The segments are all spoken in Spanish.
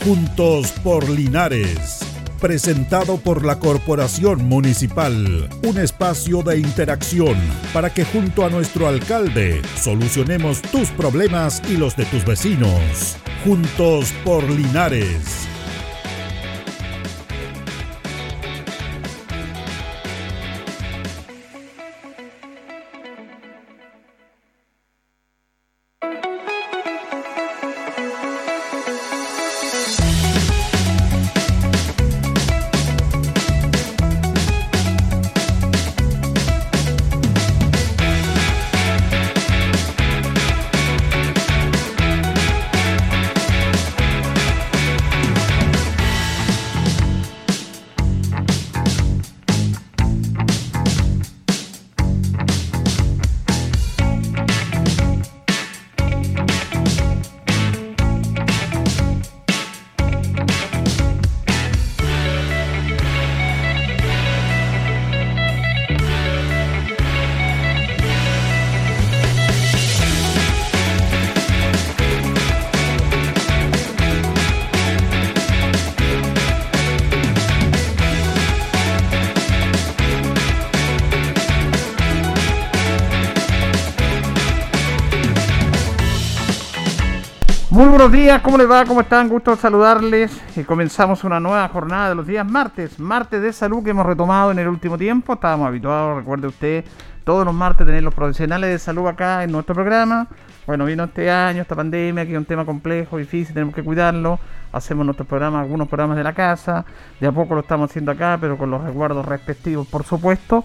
Juntos por Linares. Presentado por la Corporación Municipal, un espacio de interacción para que junto a nuestro alcalde solucionemos tus problemas y los de tus vecinos. Juntos por Linares. Muy buenos días, ¿cómo les va? ¿Cómo están? Gusto saludarles. Comenzamos una nueva jornada de los días martes de salud que hemos retomado en el último tiempo. Estábamos habituados, recuerde usted, todos los martes tener los profesionales de salud acá en nuestro programa. Bueno, vino este año, esta pandemia, que es un tema complejo, difícil, tenemos que cuidarlo. Hacemos nuestros programas, algunos programas de la casa. De a poco lo estamos haciendo acá, pero con los resguardos respectivos, por supuesto.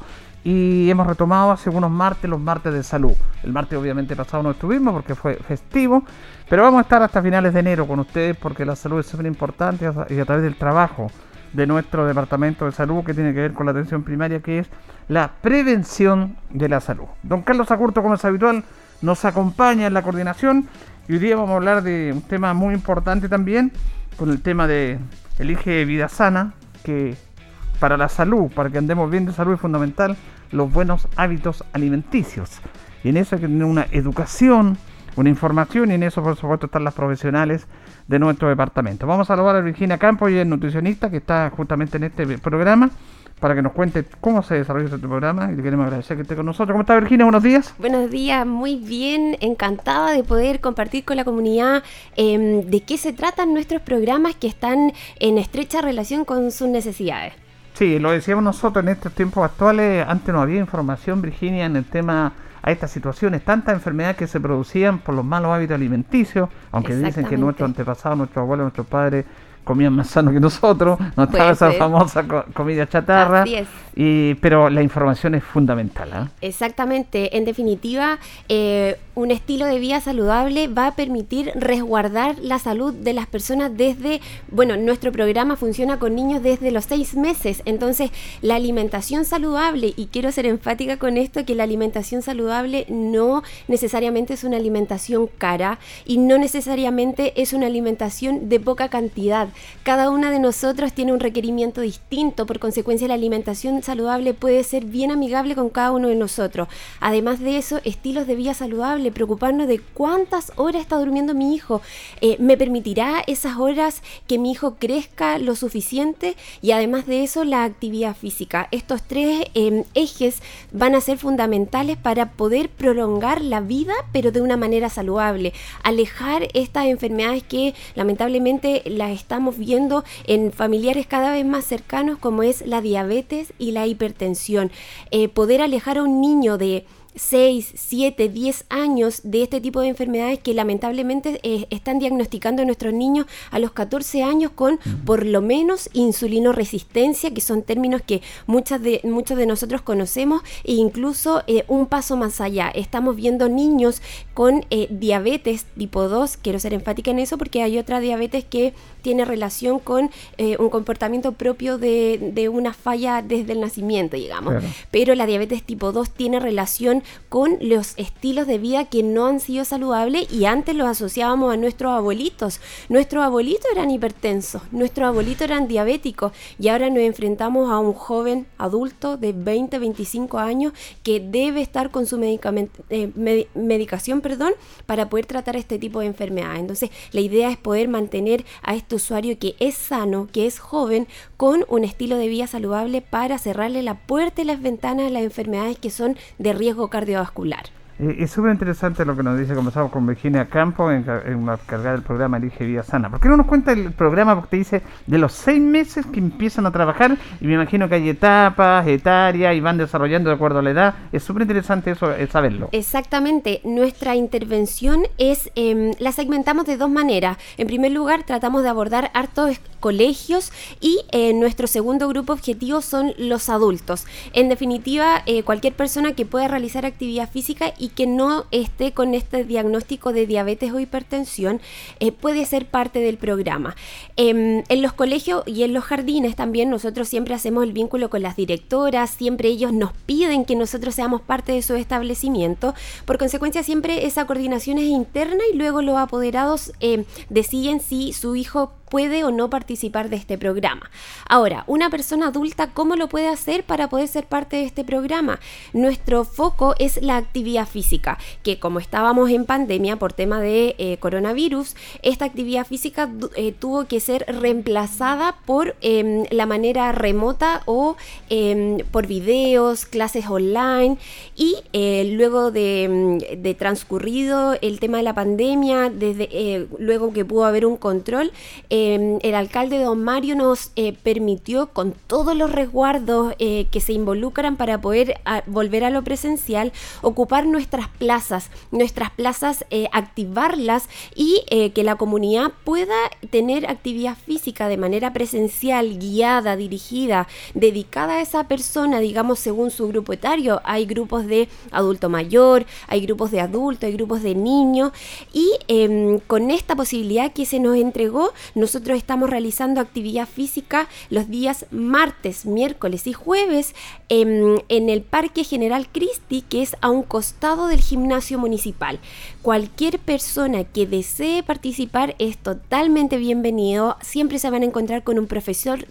Y hemos retomado hace unos martes, los martes de salud. El martes obviamente pasado no estuvimos porque fue festivo, pero vamos a estar hasta finales de enero con ustedes porque la salud es súper importante y a través del trabajo de nuestro departamento de salud que tiene que ver con la atención primaria, que es la prevención de la salud. Don Carlos Acurto, como es habitual, nos acompaña en la coordinación y hoy día vamos a hablar de un tema muy importante también, con el tema de Elige Vida Sana, que para la salud, para que andemos bien de salud es fundamental los buenos hábitos alimenticios. Y en eso hay que tener una educación, una información, y en eso por supuesto están las profesionales de nuestro departamento. Vamos a saludar a Virginia Campos, ella es nutricionista que está justamente en este programa para que nos cuente cómo se desarrolla este programa y le queremos agradecer que esté con nosotros. ¿Cómo está, Virginia? Buenos días. Buenos días, muy bien, encantada de poder compartir con la comunidad de qué se tratan nuestros programas que están en estrecha relación con sus necesidades. Sí, lo decíamos nosotros en estos tiempos actuales. Antes no había información, Virginia, en el tema a estas situaciones, tantas enfermedades que se producían por los malos hábitos alimenticios, aunque dicen que nuestros antepasados, nuestros abuelos, nuestros padres comían más sano que nosotros, no estaba esa famosa comida chatarra. Así es. Pero la información es fundamental, ¿eh? Exactamente, en definitiva, un estilo de vida saludable va a permitir resguardar la salud de las personas desde, nuestro programa funciona con niños desde los 6 meses, entonces la alimentación saludable, y quiero ser enfática con esto, que la alimentación saludable no necesariamente es una alimentación cara y no necesariamente es una alimentación de poca cantidad. Cada una de nosotros tiene un requerimiento distinto, por consecuencia la alimentación saludable puede ser bien amigable con cada uno de nosotros. Además de eso, estilos de vida saludable, preocuparnos de cuántas horas está durmiendo mi hijo, me permitirá esas horas que mi hijo crezca lo suficiente, y además de eso la actividad física. Estos 3 ejes van a ser fundamentales para poder prolongar la vida, pero de una manera saludable, alejar estas enfermedades que lamentablemente las estamos viendo en familiares cada vez más cercanos, como es la diabetes y la hipertensión. Poder alejar a un niño de 6, 7, 10 años de este tipo de enfermedades que lamentablemente están diagnosticando a nuestros niños a los 14 años con por lo menos insulinoresistencia, que son términos que muchos de nosotros conocemos, e incluso un paso más allá. Estamos viendo niños con diabetes tipo 2, quiero ser enfática en eso porque hay otra diabetes que tiene relación con un comportamiento propio de una falla desde el nacimiento, digamos. Claro. Pero la diabetes tipo 2 tiene relación relación con los estilos de vida que no han sido saludables, y antes los asociábamos a nuestros abuelitos. Nuestros abuelitos eran hipertensos, nuestros abuelitos eran diabéticos, y ahora nos enfrentamos a un joven adulto de 20, 25 años que debe estar con su medicación para poder tratar este tipo de enfermedades. Entonces, la idea es poder mantener a este usuario que es sano, que es joven, con un estilo de vida saludable para cerrarle la puerta y las ventanas a las enfermedades que son de riesgo cardiovascular. Es súper interesante lo que nos dice. Conversamos con Virginia Campos, en una cargada del programa Elige Vida Sana. ¿Por qué no nos cuenta el programa? Porque te dice de los 6 meses que empiezan a trabajar, y me imagino que hay etapas, etarias, y van desarrollando de acuerdo a la edad. Es súper interesante eso, saberlo. Exactamente. Nuestra intervención la segmentamos de 2 maneras. En primer lugar, tratamos de abordar hartos colegios, y nuestro segundo grupo objetivo son los adultos. En definitiva, cualquier persona que pueda realizar actividad física y que no esté con este diagnóstico de diabetes o hipertensión puede ser parte del programa. En los colegios y en los jardines también nosotros siempre hacemos el vínculo con las directoras, siempre ellos nos piden que nosotros seamos parte de su establecimiento. Por consecuencia, siempre esa coordinación es interna, y luego los apoderados deciden si su hijo puede o no participar de este programa. Ahora, una persona adulta, ¿cómo lo puede hacer para poder ser parte de este programa? Nuestro foco es la actividad física, que como estábamos en pandemia por tema de coronavirus, esta actividad física tuvo que ser reemplazada por la manera remota o por videos, clases online, y luego de transcurrido el tema de la pandemia, luego que pudo haber un control, el alcalde don Mario nos permitió, con todos los resguardos que se involucran para poder volver a lo presencial, ocupar nuestras plazas, activarlas, y que la comunidad pueda tener actividad física de manera presencial, guiada, dirigida, dedicada a esa persona, digamos, según su grupo etario. Hay grupos de adulto mayor, hay grupos de adulto, hay grupos de niños, y con esta posibilidad que se nos entregó, nosotros estamos realizando actividad física los días martes, miércoles y jueves en el Parque General Christi, que es a un costado del gimnasio municipal. Cualquier persona que desee participar es totalmente bienvenido. Siempre se van a encontrar con un profesional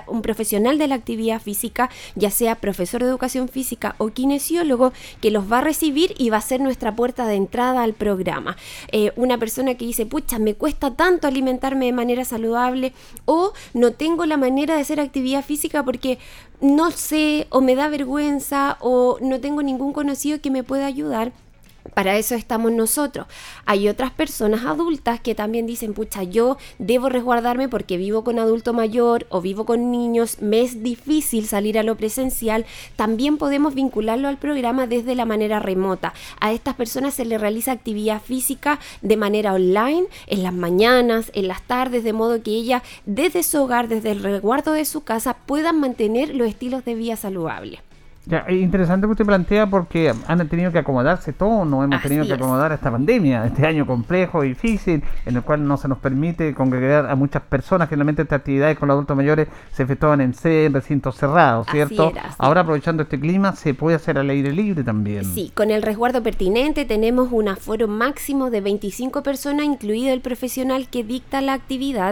de la actividad física, ya sea profesor de educación física o kinesiólogo, que los va a recibir y va a ser nuestra puerta de entrada al programa. Una persona que dice, pucha, me cuesta tanto alimentarme de manera saludable, o no tengo la manera de hacer actividad física porque no sé, o me da vergüenza, o no tengo ningún conocido que me pueda ayudar. Para eso estamos nosotros. Hay otras personas adultas que también dicen, pucha, yo debo resguardarme porque vivo con adulto mayor o vivo con niños, me es difícil salir a lo presencial. También podemos vincularlo al programa desde la manera remota. A estas personas se les realiza actividad física de manera online, en las mañanas, en las tardes, de modo que ellas, desde su hogar, desde el resguardo de su casa, puedan mantener los estilos de vida saludables. Ya, es interesante que usted plantea, porque han tenido que acomodarse todos, nos hemos tenido que acomodar a esta pandemia, este año complejo, difícil, en el cual no se nos permite congregar a muchas personas. Generalmente estas actividades con los adultos mayores se efectuaban en recintos cerrados, ¿cierto? Ahora, aprovechando este clima, se puede hacer al aire libre también. Sí, con el resguardo pertinente tenemos un aforo máximo de 25 personas, incluido el profesional que dicta la actividad.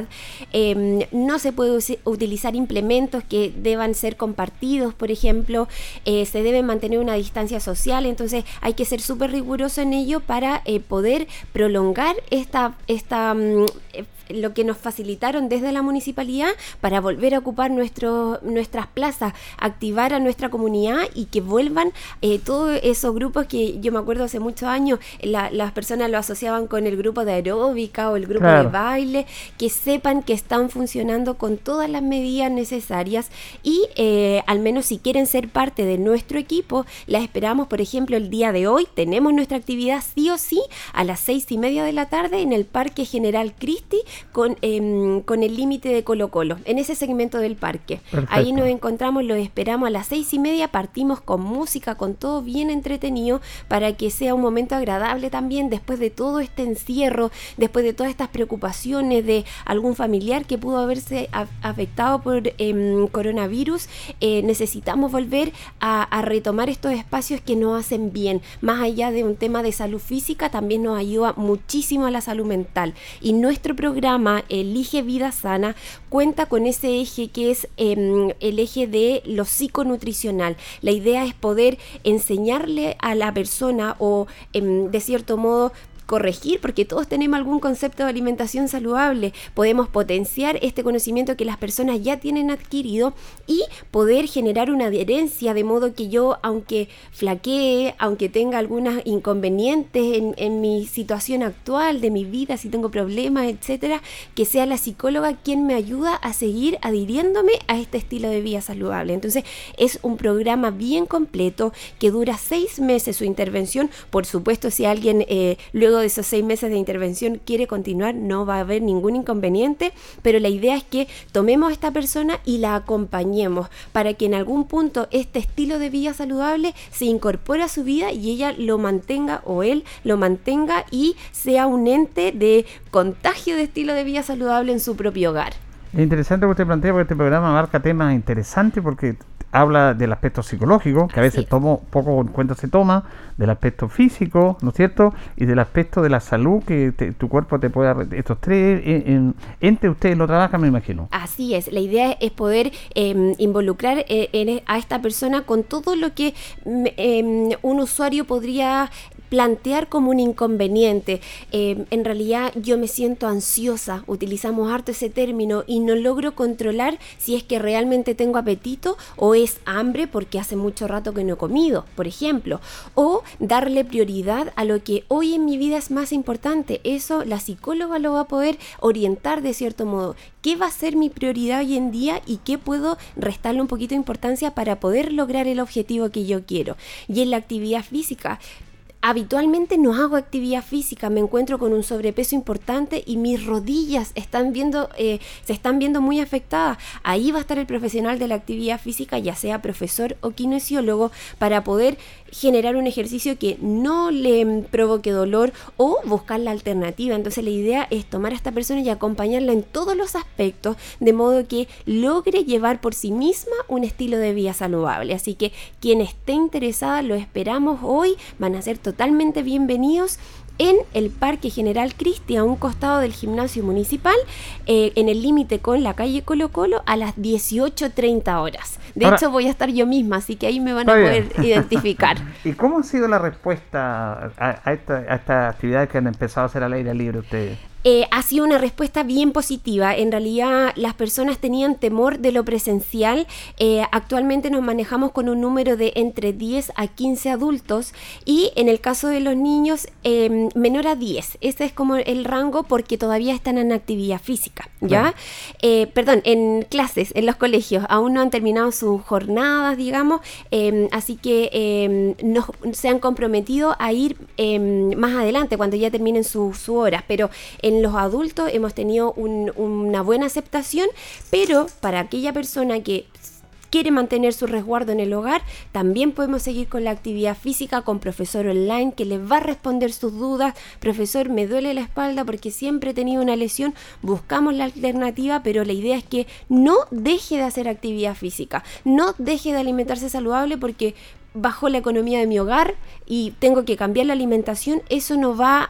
No se puede utilizar implementos que deban ser compartidos, por ejemplo. Se debe mantener una distancia social, entonces hay que ser súper riguroso en ello para poder prolongar lo que nos facilitaron desde la municipalidad para volver a ocupar nuestras plazas, activar a nuestra comunidad y que vuelvan todos esos grupos que yo me acuerdo hace muchos años las personas lo asociaban con el grupo de aeróbica o el grupo de baile, que sepan que están funcionando con todas las medidas necesarias, y al menos si quieren ser parte de nuestro equipo, las esperamos. Por ejemplo, el día de hoy tenemos nuestra actividad sí o sí a las 6:30 de la tarde en el Parque General Christi, con el límite de Colo Colo, en ese segmento del parque. Perfecto. Ahí nos encontramos, los esperamos a las 6:30, partimos con música, con todo bien entretenido, para que sea un momento agradable también después de todo este encierro, después de todas estas preocupaciones de algún familiar que pudo haberse afectado por coronavirus. Necesitamos volver a retomar estos espacios que nos hacen bien, más allá de un tema de salud física, también nos ayuda muchísimo a la salud mental, y nuestro programa Elige Vida Sana cuenta con ese eje que es el eje de lo psiconutricional. La idea es poder enseñarle a la persona o de cierto modo corregir, porque todos tenemos algún concepto de alimentación saludable. Podemos potenciar este conocimiento que las personas ya tienen adquirido y poder generar una adherencia, de modo que yo, aunque flaquee, aunque tenga algunos inconvenientes en mi situación actual de mi vida, si tengo problemas, etcétera, que sea la psicóloga quien me ayuda a seguir adhiriéndome a este estilo de vida saludable. Entonces es un programa bien completo que dura 6 meses su intervención. Por supuesto, si alguien luego de esos 6 meses de intervención quiere continuar, no va a haber ningún inconveniente, pero la idea es que tomemos a esta persona y la acompañemos para que en algún punto este estilo de vida saludable se incorpore a su vida y ella lo mantenga, o él lo mantenga, y sea un ente de contagio de estilo de vida saludable en su propio hogar. Es interesante lo que usted plantea, porque este programa abarca temas interesantes, porque habla del aspecto psicológico, que a veces poco en cuenta se toma, del aspecto físico, ¿no es cierto?, y del aspecto de la salud, que tu cuerpo te pueda... Estos tres entes ustedes lo trabajan, me imagino. Así es, la idea es poder involucrar a esta persona con todo lo que un usuario podría plantear como un inconveniente. En realidad yo me siento ansiosa, utilizamos harto ese término, y no logro controlar si es que realmente tengo apetito o es hambre porque hace mucho rato que no he comido, por ejemplo, o darle prioridad a lo que hoy en mi vida es más importante. Eso la psicóloga lo va a poder orientar de cierto modo. ¿Qué va a ser mi prioridad hoy en día y qué puedo restarle un poquito de importancia para poder lograr el objetivo que yo quiero? Y en la actividad física, habitualmente no hago actividad física, me encuentro con un sobrepeso importante y mis rodillas se están viendo muy afectadas. Ahí va a estar el profesional de la actividad física, ya sea profesor o kinesiólogo, para poder generar un ejercicio que no le provoque dolor o buscar la alternativa. Entonces la idea es tomar a esta persona y acompañarla en todos los aspectos, de modo que logre llevar por sí misma un estilo de vida saludable. Así que quien esté interesada, lo esperamos hoy, van a ser totalmente bienvenidos en el Parque General Cristi, a un costado del gimnasio municipal, en el límite con la calle Colo Colo, a las 18:30 horas. De hecho voy a estar yo misma, así que ahí me van a poder identificar. ¿Y cómo ha sido la respuesta a estas actividades que han empezado a hacer al aire libre ustedes? Ha sido una respuesta bien positiva. En realidad las personas tenían temor de lo presencial. Actualmente nos manejamos con un número de entre 10 a 15 adultos, y en el caso de los niños menor a 10. Ese es como el rango, porque todavía están en actividad física, ¿ya? Perdón, en clases, en los colegios. Aún no han terminado sus jornadas, digamos, así que se han comprometido a ir más adelante, cuando ya terminen sus horas, pero en los adultos hemos tenido una buena aceptación. Pero para aquella persona que quiere mantener su resguardo en el hogar, también podemos seguir con la actividad física, con profesor online que les va a responder sus dudas. Profesor, me duele la espalda porque siempre he tenido una lesión. Buscamos la alternativa, pero la idea es que no deje de hacer actividad física, no deje de alimentarse saludable porque bajó la economía de mi hogar y tengo que cambiar la alimentación. Eso no va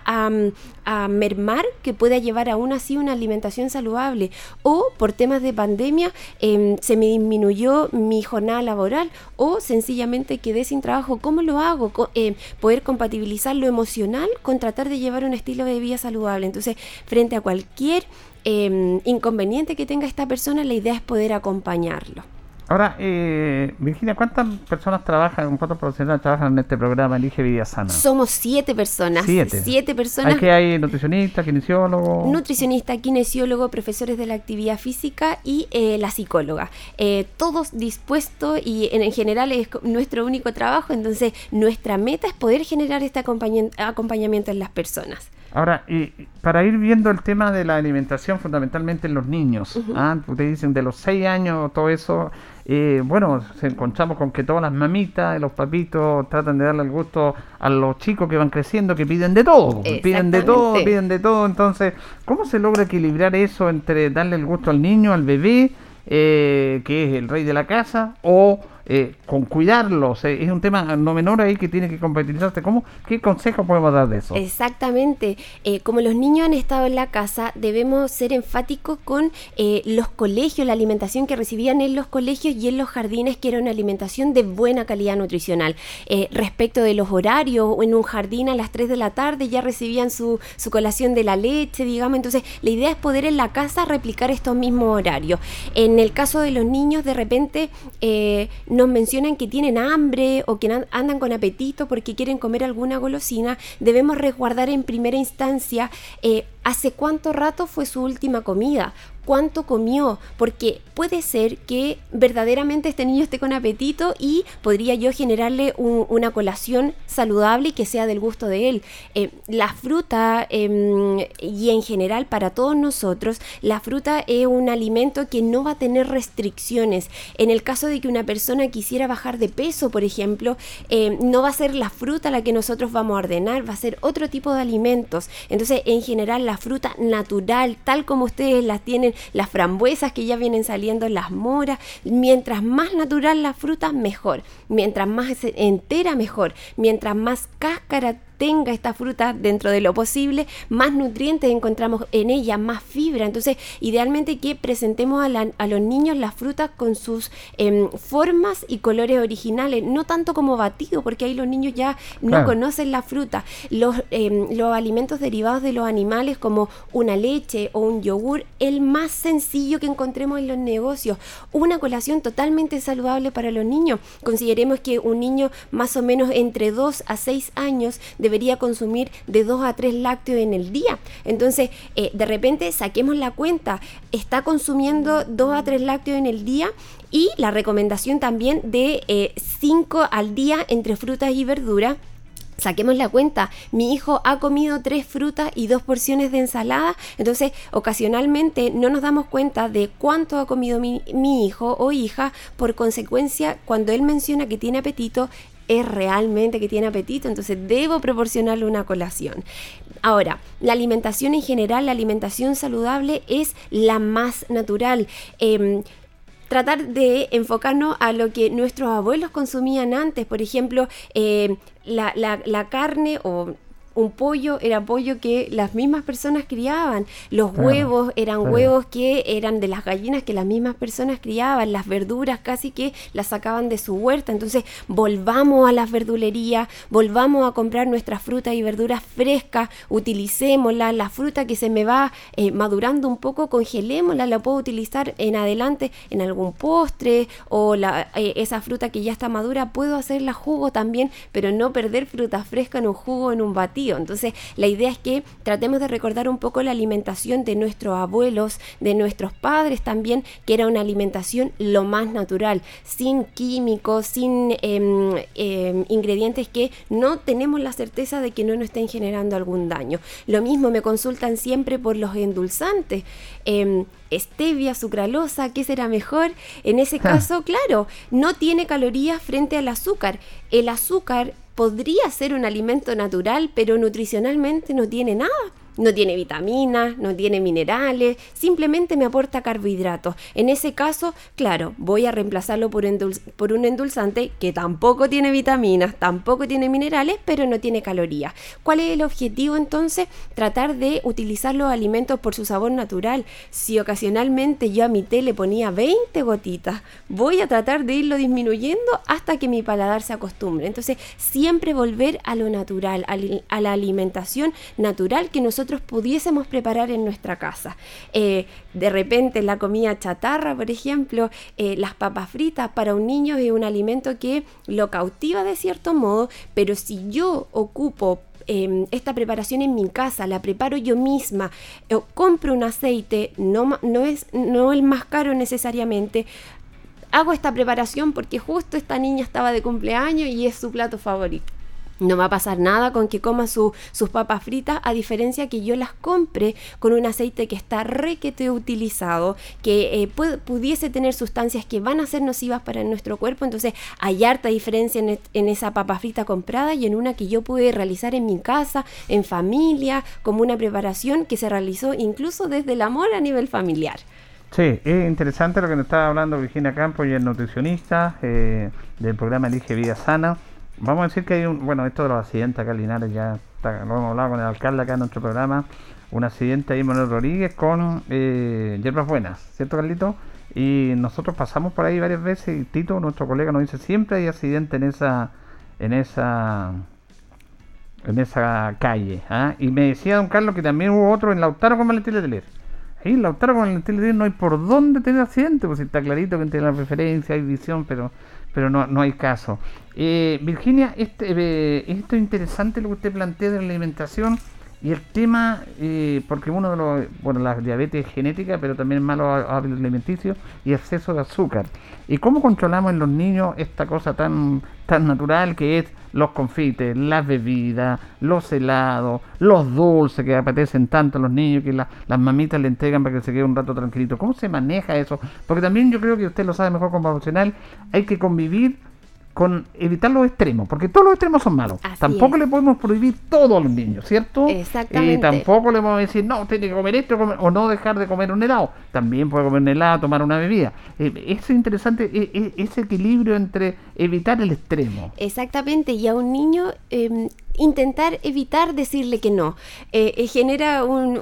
a mermar que pueda llevar aún así una alimentación saludable. O por temas de pandemia se me disminuyó mi jornada laboral, o sencillamente quedé sin trabajo. ¿Cómo lo hago? Poder compatibilizar lo emocional con tratar de llevar un estilo de vida saludable. Entonces, frente a cualquier inconveniente que tenga esta persona, la idea es poder acompañarlo. Ahora, Virginia, ¿cuántas personas cuántos profesionales trabajan en este programa Elige Vida Sana? Somos 7 personas. 7 personas. Hay nutricionista, kinesiólogo. Nutricionista, kinesiólogo, profesores de la actividad física y la psicóloga. Todos dispuestos, y en general es nuestro único trabajo. Entonces, nuestra meta es poder generar este acompañamiento en las personas. Ahora, para ir viendo el tema de la alimentación fundamentalmente en los niños, ustedes dicen de los 6 años, todo eso, bueno, se encontramos con que todas las mamitas y los papitos tratan de darle el gusto a los chicos que van creciendo, que piden de todo, piden de todo, entonces, ¿cómo se logra equilibrar eso entre darle el gusto al niño, al bebé, que es el rey de la casa, o con cuidarlos? Es un tema no menor ahí que tiene que compatibilizarse. ¿Qué consejo podemos dar de eso? Exactamente. Como los niños han estado en la casa, debemos ser enfáticos con los colegios, la alimentación que recibían en los colegios y en los jardines, que era una alimentación de buena calidad nutricional. Respecto de los horarios, en un jardín a las 3 de la tarde ya recibían su colación de la leche, digamos. Entonces, la idea es poder en la casa replicar estos mismos horarios. En el caso de los niños, de repente nos mencionan que tienen hambre o que andan con apetito porque quieren comer alguna golosina. Debemos resguardar en primera instancia hace cuánto rato fue su última comida, cuánto comió, porque puede ser que verdaderamente este niño esté con apetito y podría yo generarle una colación saludable y que sea del gusto de él. La fruta y en general para todos nosotros, la fruta es un alimento que no va a tener restricciones. En el caso de que una persona quisiera bajar de peso, por ejemplo, no va a ser la fruta la que nosotros vamos a ordenar, va a ser otro tipo de alimentos. Entonces, en general, la fruta natural, tal como ustedes las tienen, las frambuesas que ya vienen saliendo, las moras, mientras más natural la fruta, mejor. Mientras más entera, mejor. Mientras más cáscara tenga esta fruta dentro de lo posible, más nutrientes encontramos en ella, más fibra. Entonces, idealmente que presentemos a los niños las frutas con sus formas y colores originales, no tanto como batido, porque ahí los niños ya no conocen la fruta. Los alimentos derivados de los animales, como una leche o un yogur, el más sencillo que encontremos en los negocios. Una colación totalmente saludable para los niños. Consideremos que un niño más o menos entre 2 a 6 años debería consumir de 2 a 3 lácteos en el día. Entonces, de repente saquemos la cuenta, está consumiendo 2 a 3 lácteos en el día, y la recomendación también de 5 al día entre frutas y verduras. Saquemos la cuenta, mi hijo ha comido 3 frutas y 2 porciones de ensalada. Entonces, ocasionalmente no nos damos cuenta de cuánto ha comido mi hijo o hija. Por consecuencia, cuando él menciona que tiene apetito, es realmente que tiene apetito, entonces debo proporcionarle una colación. Ahora, la alimentación en general, la alimentación saludable es la más natural. Tratar de enfocarnos a lo que nuestros abuelos consumían antes. Por ejemplo, la carne o un pollo era pollo que las mismas personas criaban. Los huevos eran huevos que eran de las gallinas que las mismas personas criaban. Las verduras casi que las sacaban de su huerta. Entonces, volvamos a las verdulerías, volvamos a comprar nuestras frutas y verduras frescas, utilicémoslas. La fruta que se me va madurando un poco, congelémosla, la puedo utilizar en adelante en algún postre, o esa fruta que ya está madura, puedo hacerla jugo también, pero no perder fruta fresca en un jugo, en un batido. Entonces, la idea es que tratemos de recordar un poco la alimentación de nuestros abuelos, de nuestros padres también, que era una alimentación lo más natural, sin químicos, sin ingredientes que no tenemos la certeza de que no nos estén generando algún daño. Lo mismo me consultan siempre por los endulzantes. Stevia, sucralosa, ¿qué será mejor? En ese caso, claro, no tiene calorías frente al azúcar. El azúcar podría ser un alimento natural, pero nutricionalmente no tiene nada. No tiene vitaminas, no tiene minerales, simplemente me aporta carbohidratos. En ese caso, claro, voy a reemplazarlo por un endulzante que tampoco tiene vitaminas, tampoco tiene minerales, pero no tiene calorías. ¿Cuál es el objetivo entonces? Tratar de utilizar los alimentos por su sabor natural. Si ocasionalmente yo a mi té le ponía 20 gotitas, voy a tratar de irlo disminuyendo hasta que mi paladar se acostumbre. Entonces, siempre volver a lo natural, a la alimentación natural que nosotros pudiésemos preparar en nuestra casa. De repente la comida chatarra, por ejemplo, las papas fritas para un niño es un alimento que lo cautiva de cierto modo, pero si yo ocupo esta preparación en mi casa, la preparo yo misma, compro un aceite, no el más caro necesariamente, hago esta preparación porque justo esta niña estaba de cumpleaños y es su plato favorito. No va a pasar nada con que coma sus papas fritas, a diferencia que yo las compre con un aceite que está requete utilizado, que pudiese tener sustancias que van a ser nocivas para nuestro cuerpo. Entonces hay harta diferencia en esa papa frita comprada y en una que yo pude realizar en mi casa, en familia, como una preparación que se realizó incluso desde el amor a nivel familiar. Sí, es interesante lo que nos estaba hablando Virginia Campos, y es nutricionista del programa Elige Vida Sana. Vamos a decir que hay esto de los accidentes acá en Linares, lo hemos hablado con el alcalde acá en nuestro programa, un accidente ahí en Manuel Rodríguez con hierbas buenas, ¿cierto, Carlito? Y nosotros pasamos por ahí varias veces y Tito, nuestro colega, nos dice, siempre hay accidente en esa calle, ¿ah? Y me decía don Carlos que también hubo otro en Lautaro con Valentín Letelier. Ahí en Lautaro con Valentín Letelier no hay por dónde tener accidente, pues está clarito que tiene la preferencia, hay visión, pero no hay caso. Virginia, esto es interesante lo que usted plantea de la alimentación y el tema, porque uno de la diabetes es genética, pero también malo hábitos alimenticios y exceso de azúcar. ¿Y cómo controlamos en los niños esta cosa tan natural que es los confites, las bebidas, los helados, los dulces que apetecen tanto a los niños que las mamitas le entregan para que se quede un rato tranquilito? ¿Cómo se maneja eso? Porque también yo creo que usted lo sabe mejor como profesional, hay que convivir con evitar los extremos, porque todos los extremos son malos. Así tampoco es. le podemos prohibir todo a los niños, ¿cierto? Exactamente. Y tampoco le podemos decir, no, tiene que comer esto o no dejar de comer un helado. También puede comer un helado, tomar una bebida. Es interesante ese equilibrio entre evitar el extremo. Exactamente, y a un niño intentar evitar decirle que no. Genera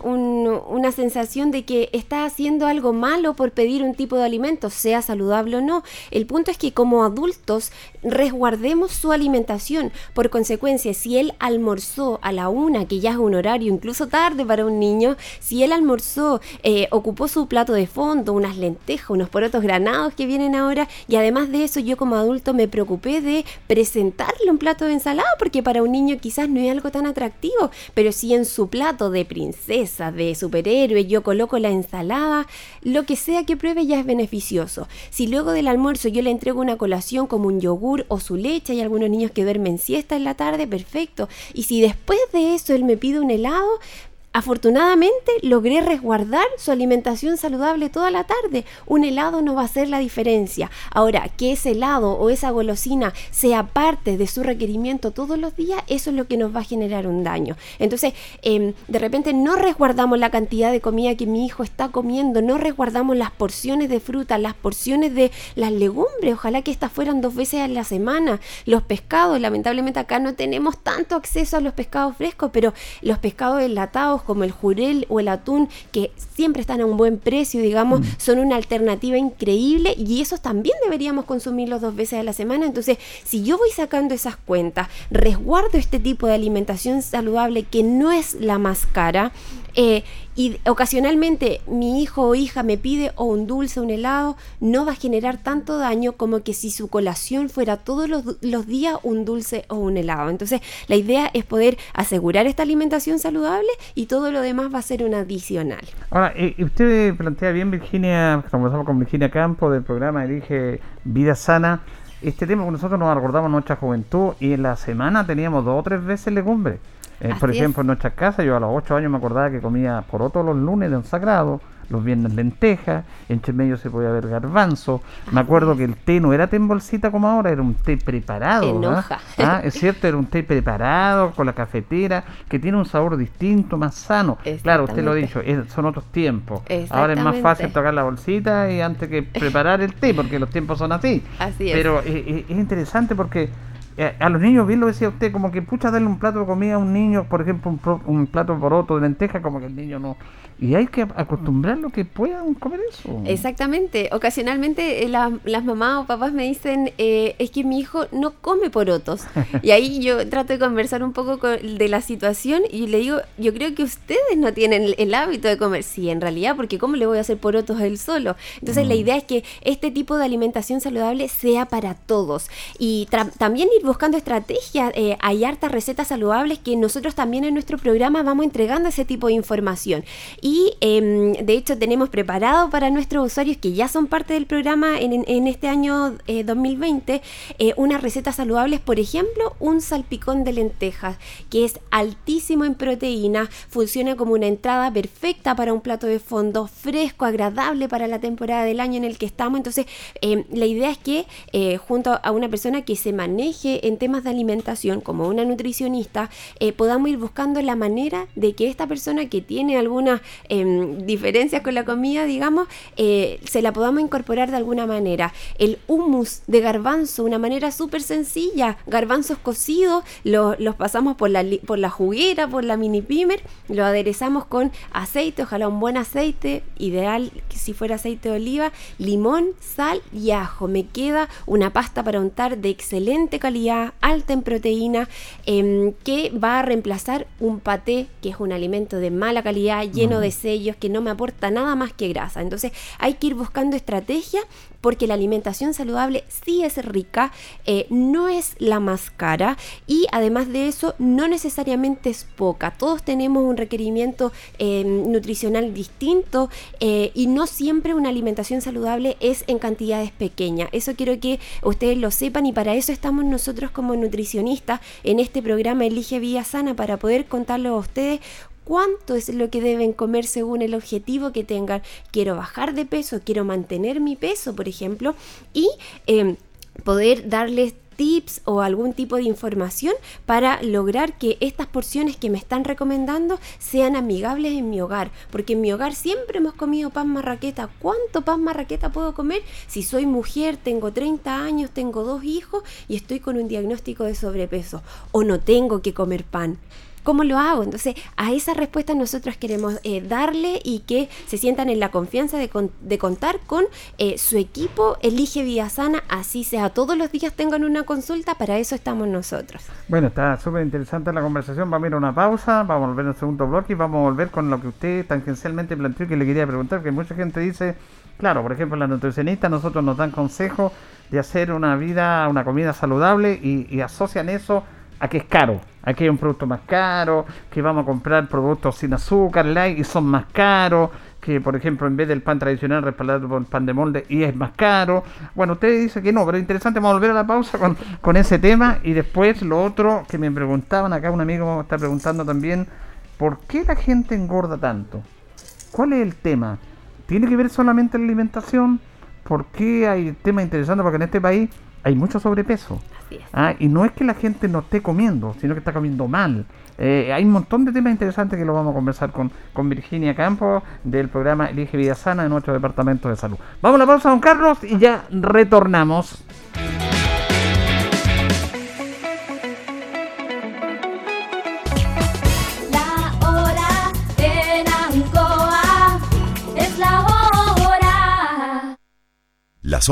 una sensación de que está haciendo algo malo por pedir un tipo de alimento, sea saludable o no. El punto es que como adultos resguardemos su alimentación. Por consecuencia, si él almorzó a la 1, que ya es un horario incluso tarde para un niño, si él almorzó, ocupó su plato de fondo, unas lentejas, unos porotos granados que vienen ahora, y además de eso yo como adulto me preocupé de presentarle un plato de ensalada, porque para un niño quizás no es algo tan atractivo, pero si en su plato de princesa, de superhéroe, yo coloco la ensalada, lo que sea que pruebe ya es beneficioso. Si luego del almuerzo yo le entrego una colación como un yogur o su leche, hay algunos niños que duermen siesta en la tarde, perfecto. Y si después de eso él me pide un helado, afortunadamente logré resguardar su alimentación saludable toda la tarde. Un helado no va a hacer la diferencia. Ahora, que ese helado o esa golosina sea parte de su requerimiento todos los días, eso es lo que nos va a generar un daño. Entonces, de repente no resguardamos la cantidad de comida que mi hijo está comiendo, no resguardamos las porciones de fruta, las porciones de las legumbres. Ojalá que estas fueran 2 veces a la semana. Los pescados, lamentablemente acá no tenemos tanto acceso a los pescados frescos, pero los pescados enlatados como el jurel o el atún, que siempre están a un buen precio, digamos, son una alternativa increíble, y esos también deberíamos consumirlos 2 veces a la semana. Entonces, si yo voy sacando esas cuentas, resguardo este tipo de alimentación saludable que no es la más cara, y ocasionalmente mi hijo o hija me pide o un dulce o un helado, no va a generar tanto daño como que si su colación fuera todos los días un dulce o un helado. Entonces la idea es poder asegurar esta alimentación saludable y todo lo demás va a ser un adicional. Ahora, usted plantea bien, Virginia, conversamos con Virginia Campos del programa Elige Vida Sana, este tema que nosotros nos acordamos en nuestra juventud, y en la semana teníamos 2 o 3 veces legumbres. Por ejemplo, en nuestras casas, yo a los 8 años me acordaba que comía porotos los lunes de un sagrado, los viernes lentejas, entre medio se podía ver garbanzo. Me acuerdo que el té no era té en bolsita como ahora, era un té preparado. En hoja. Es cierto, era un té preparado con la cafetera, que tiene un sabor distinto, más sano. Claro, usted lo ha dicho, son otros tiempos. Ahora es más fácil tocar la bolsita y antes que preparar el té, porque los tiempos son así. Así es. Pero es interesante porque a los niños, bien lo decía usted, como que darle un plato de comida a un niño, por ejemplo, un plato de poroto de lenteja, como que el niño no. Y hay que acostumbrarlo que puedan comer eso. Exactamente. Ocasionalmente las mamás o papás me dicen, es que mi hijo no come porotos. Y ahí yo trato de conversar un poco de la situación y le digo, yo creo que ustedes no tienen el hábito de comer. Sí, en realidad, porque ¿cómo le voy a hacer porotos a él solo? Entonces la idea es que este tipo de alimentación saludable sea para todos. Y también ir buscando estrategias. Hay hartas recetas saludables que nosotros también en nuestro programa vamos entregando ese tipo de información. Y de hecho tenemos preparado para nuestros usuarios que ya son parte del programa en este año 2020 unas recetas saludables, por ejemplo, un salpicón de lentejas que es altísimo en proteína, funciona como una entrada perfecta para un plato de fondo, fresco, agradable para la temporada del año en el que estamos. Entonces la idea es que junto a una persona que se maneje en temas de alimentación como una nutricionista, podamos ir buscando la manera de que esta persona que tiene algunas diferencias con la comida, digamos, se la podamos incorporar de alguna manera. El hummus de garbanzo, una manera súper sencilla, garbanzos cocidos, los pasamos por la juguera, por la mini pimer, lo aderezamos con aceite, ojalá un buen aceite, ideal que si fuera aceite de oliva, limón, sal y ajo. Me queda una pasta para untar de excelente calidad, alta en proteína, que va a reemplazar un paté, que es un alimento de mala calidad, lleno de sellos, que no me aporta nada más que grasa. Entonces hay que ir buscando estrategias, porque la alimentación saludable sí es rica, no es la más cara, y además de eso no necesariamente es poca. Todos tenemos un requerimiento nutricional distinto, y no siempre una alimentación saludable es en cantidades pequeñas. Eso quiero que ustedes lo sepan, y para eso estamos nosotros como nutricionistas en este programa Elige Vida Sana, para poder contarles a ustedes cuánto es lo que deben comer según el objetivo que tengan. Quiero bajar de peso, quiero mantener mi peso, por ejemplo, y poder darles tips o algún tipo de información para lograr que estas porciones que me están recomendando sean amigables en mi hogar, porque en mi hogar siempre hemos comido pan marraqueta. ¿Cuánto pan marraqueta puedo comer si soy mujer, tengo 30 años, tengo 2 hijos y estoy con un diagnóstico de sobrepeso? ¿O no tengo que comer pan? ¿Cómo lo hago? Entonces, a esa respuesta nosotros queremos darle, y que se sientan en la confianza de contar con su equipo Elige Vida Sana, así sea todos los días tengan una consulta. Para eso estamos nosotros. Bueno, está súper interesante la conversación. Vamos a ir a una pausa, vamos a volver al segundo bloque y vamos a volver con lo que usted tangencialmente planteó, que le quería preguntar, que mucha gente dice, claro, por ejemplo, la nutricionista, nosotros nos dan consejos de hacer una comida saludable, y asocian eso a que es caro, a que hay un producto más caro, que vamos a comprar productos sin azúcar, light, y son más caros, que por ejemplo en vez del pan tradicional respaldado por pan de molde y es más caro. Bueno, usted dice que no, pero es interesante. Vamos a volver a la pausa con ese tema, y después lo otro que me preguntaban acá, un amigo me está preguntando también, ¿por qué la gente engorda tanto? ¿Cuál es el tema? ¿Tiene que ver solamente la alimentación? ¿Por qué hay temas interesantes? Porque en este país hay mucho sobrepeso. Así es. Y no es que la gente no esté comiendo, sino que está comiendo mal. Hay un montón de temas interesantes que lo vamos a conversar con Virginia Campos del programa Elige Vida Sana de nuestro departamento de salud. Vamos a la pausa, don Carlos, y ya retornamos. La hora en Ancoa es la hora. Las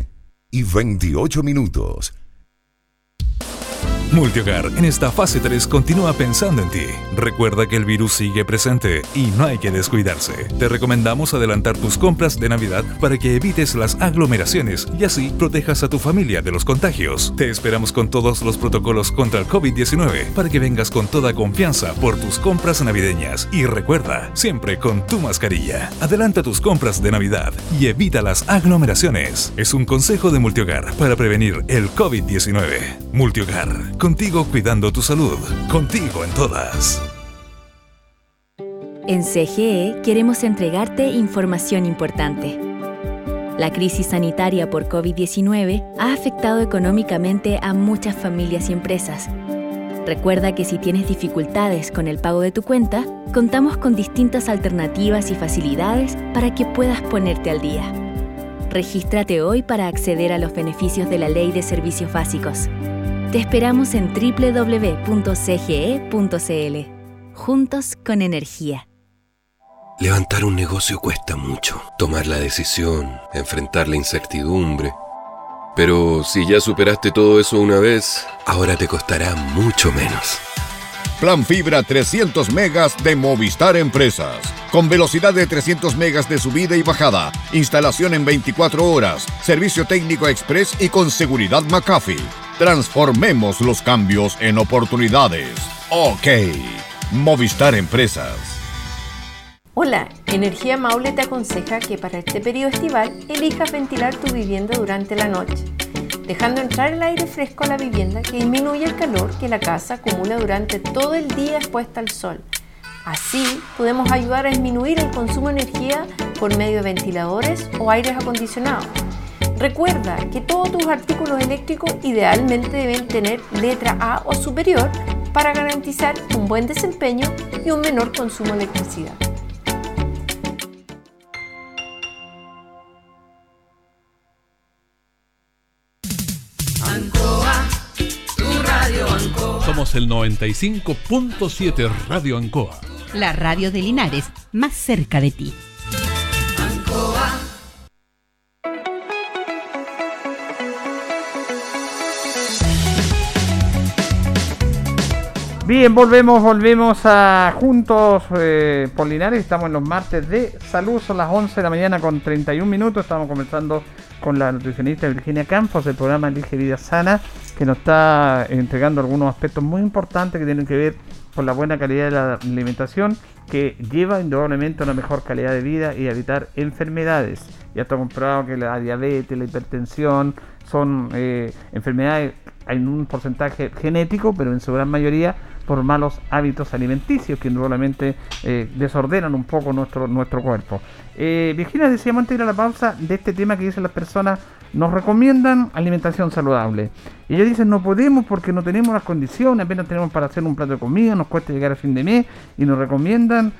11:28. Multihogar en esta fase 3 continúa pensando en ti. Recuerda que el virus sigue presente y no hay que descuidarse. Te recomendamos adelantar tus compras de Navidad para que evites las aglomeraciones y así protejas a tu familia de los contagios. Te esperamos con todos los protocolos contra el COVID-19 para que vengas con toda confianza por tus compras navideñas. Y recuerda, siempre con tu mascarilla. Adelanta tus compras de Navidad y evita las aglomeraciones. Es un consejo de Multihogar para prevenir el COVID-19. Multihogar. Contigo cuidando tu salud, contigo en todas. En CGE queremos entregarte información importante. La crisis sanitaria por COVID-19 ha afectado económicamente a muchas familias y empresas. Recuerda que si tienes dificultades con el pago de tu cuenta, contamos con distintas alternativas y facilidades para que puedas ponerte al día. Regístrate hoy para acceder a los beneficios de la Ley de Servicios Básicos. Te esperamos en www.cge.cl. Juntos con energía. Levantar un negocio cuesta mucho. Tomar la decisión, enfrentar la incertidumbre. Pero si ya superaste todo eso una vez, ahora te costará mucho menos. Plan Fibra 300 megas de Movistar Empresas. Con velocidad de 300 megas de subida y bajada. Instalación en 24 horas. Servicio técnico express y con seguridad McAfee. Transformemos los cambios en oportunidades. OK. Movistar Empresas. Hola, Energía Maule te aconseja que para este periodo estival elijas ventilar tu vivienda durante la noche, dejando entrar el aire fresco a la vivienda que disminuye el calor que la casa acumula durante todo el día expuesta al sol. Así podemos ayudar a disminuir el consumo de energía por medio de ventiladores o aires acondicionados. Recuerda que todos tus artículos eléctricos idealmente deben tener letra A o superior para garantizar un buen desempeño y un menor consumo de electricidad. Ancoa, tu radio Ancoa. Somos el 95.7 Radio Ancoa. La radio de Linares, más cerca de ti. Ancoa. Bien, volvemos a Juntos por Linares. Estamos en los martes de salud, son las 11 de la mañana con 31 minutos. Estamos conversando con la nutricionista Virginia Campos del programa Elige Vida Sana, que nos está entregando algunos aspectos muy importantes que tienen que ver con la buena calidad de la alimentación, que lleva indudablemente a una mejor calidad de vida y a evitar enfermedades. Ya está comprobado que la diabetes, la hipertensión son enfermedades en un porcentaje genético, pero en su gran mayoría por malos hábitos alimenticios que indudablemente desordenan un poco nuestro cuerpo. Virginia, decíamos antes de ir a la pausa de este tema que dicen las personas, nos recomiendan alimentación saludable. Y ellos dicen, no podemos porque no tenemos las condiciones, apenas tenemos para hacer un plato de comida, nos cuesta llegar a fin de mes, y nos recomiendan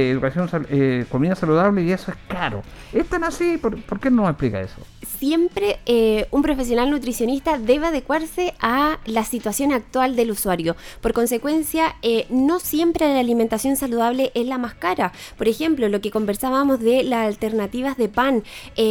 comida saludable y eso es caro. ¿Es tan así? ¿Por qué no nos explica eso? Siempre un profesional nutricionista debe adecuarse a la situación actual del usuario. Por consecuencia, no siempre la alimentación saludable es la más cara. Por ejemplo, lo que conversábamos de las alternativas de pan.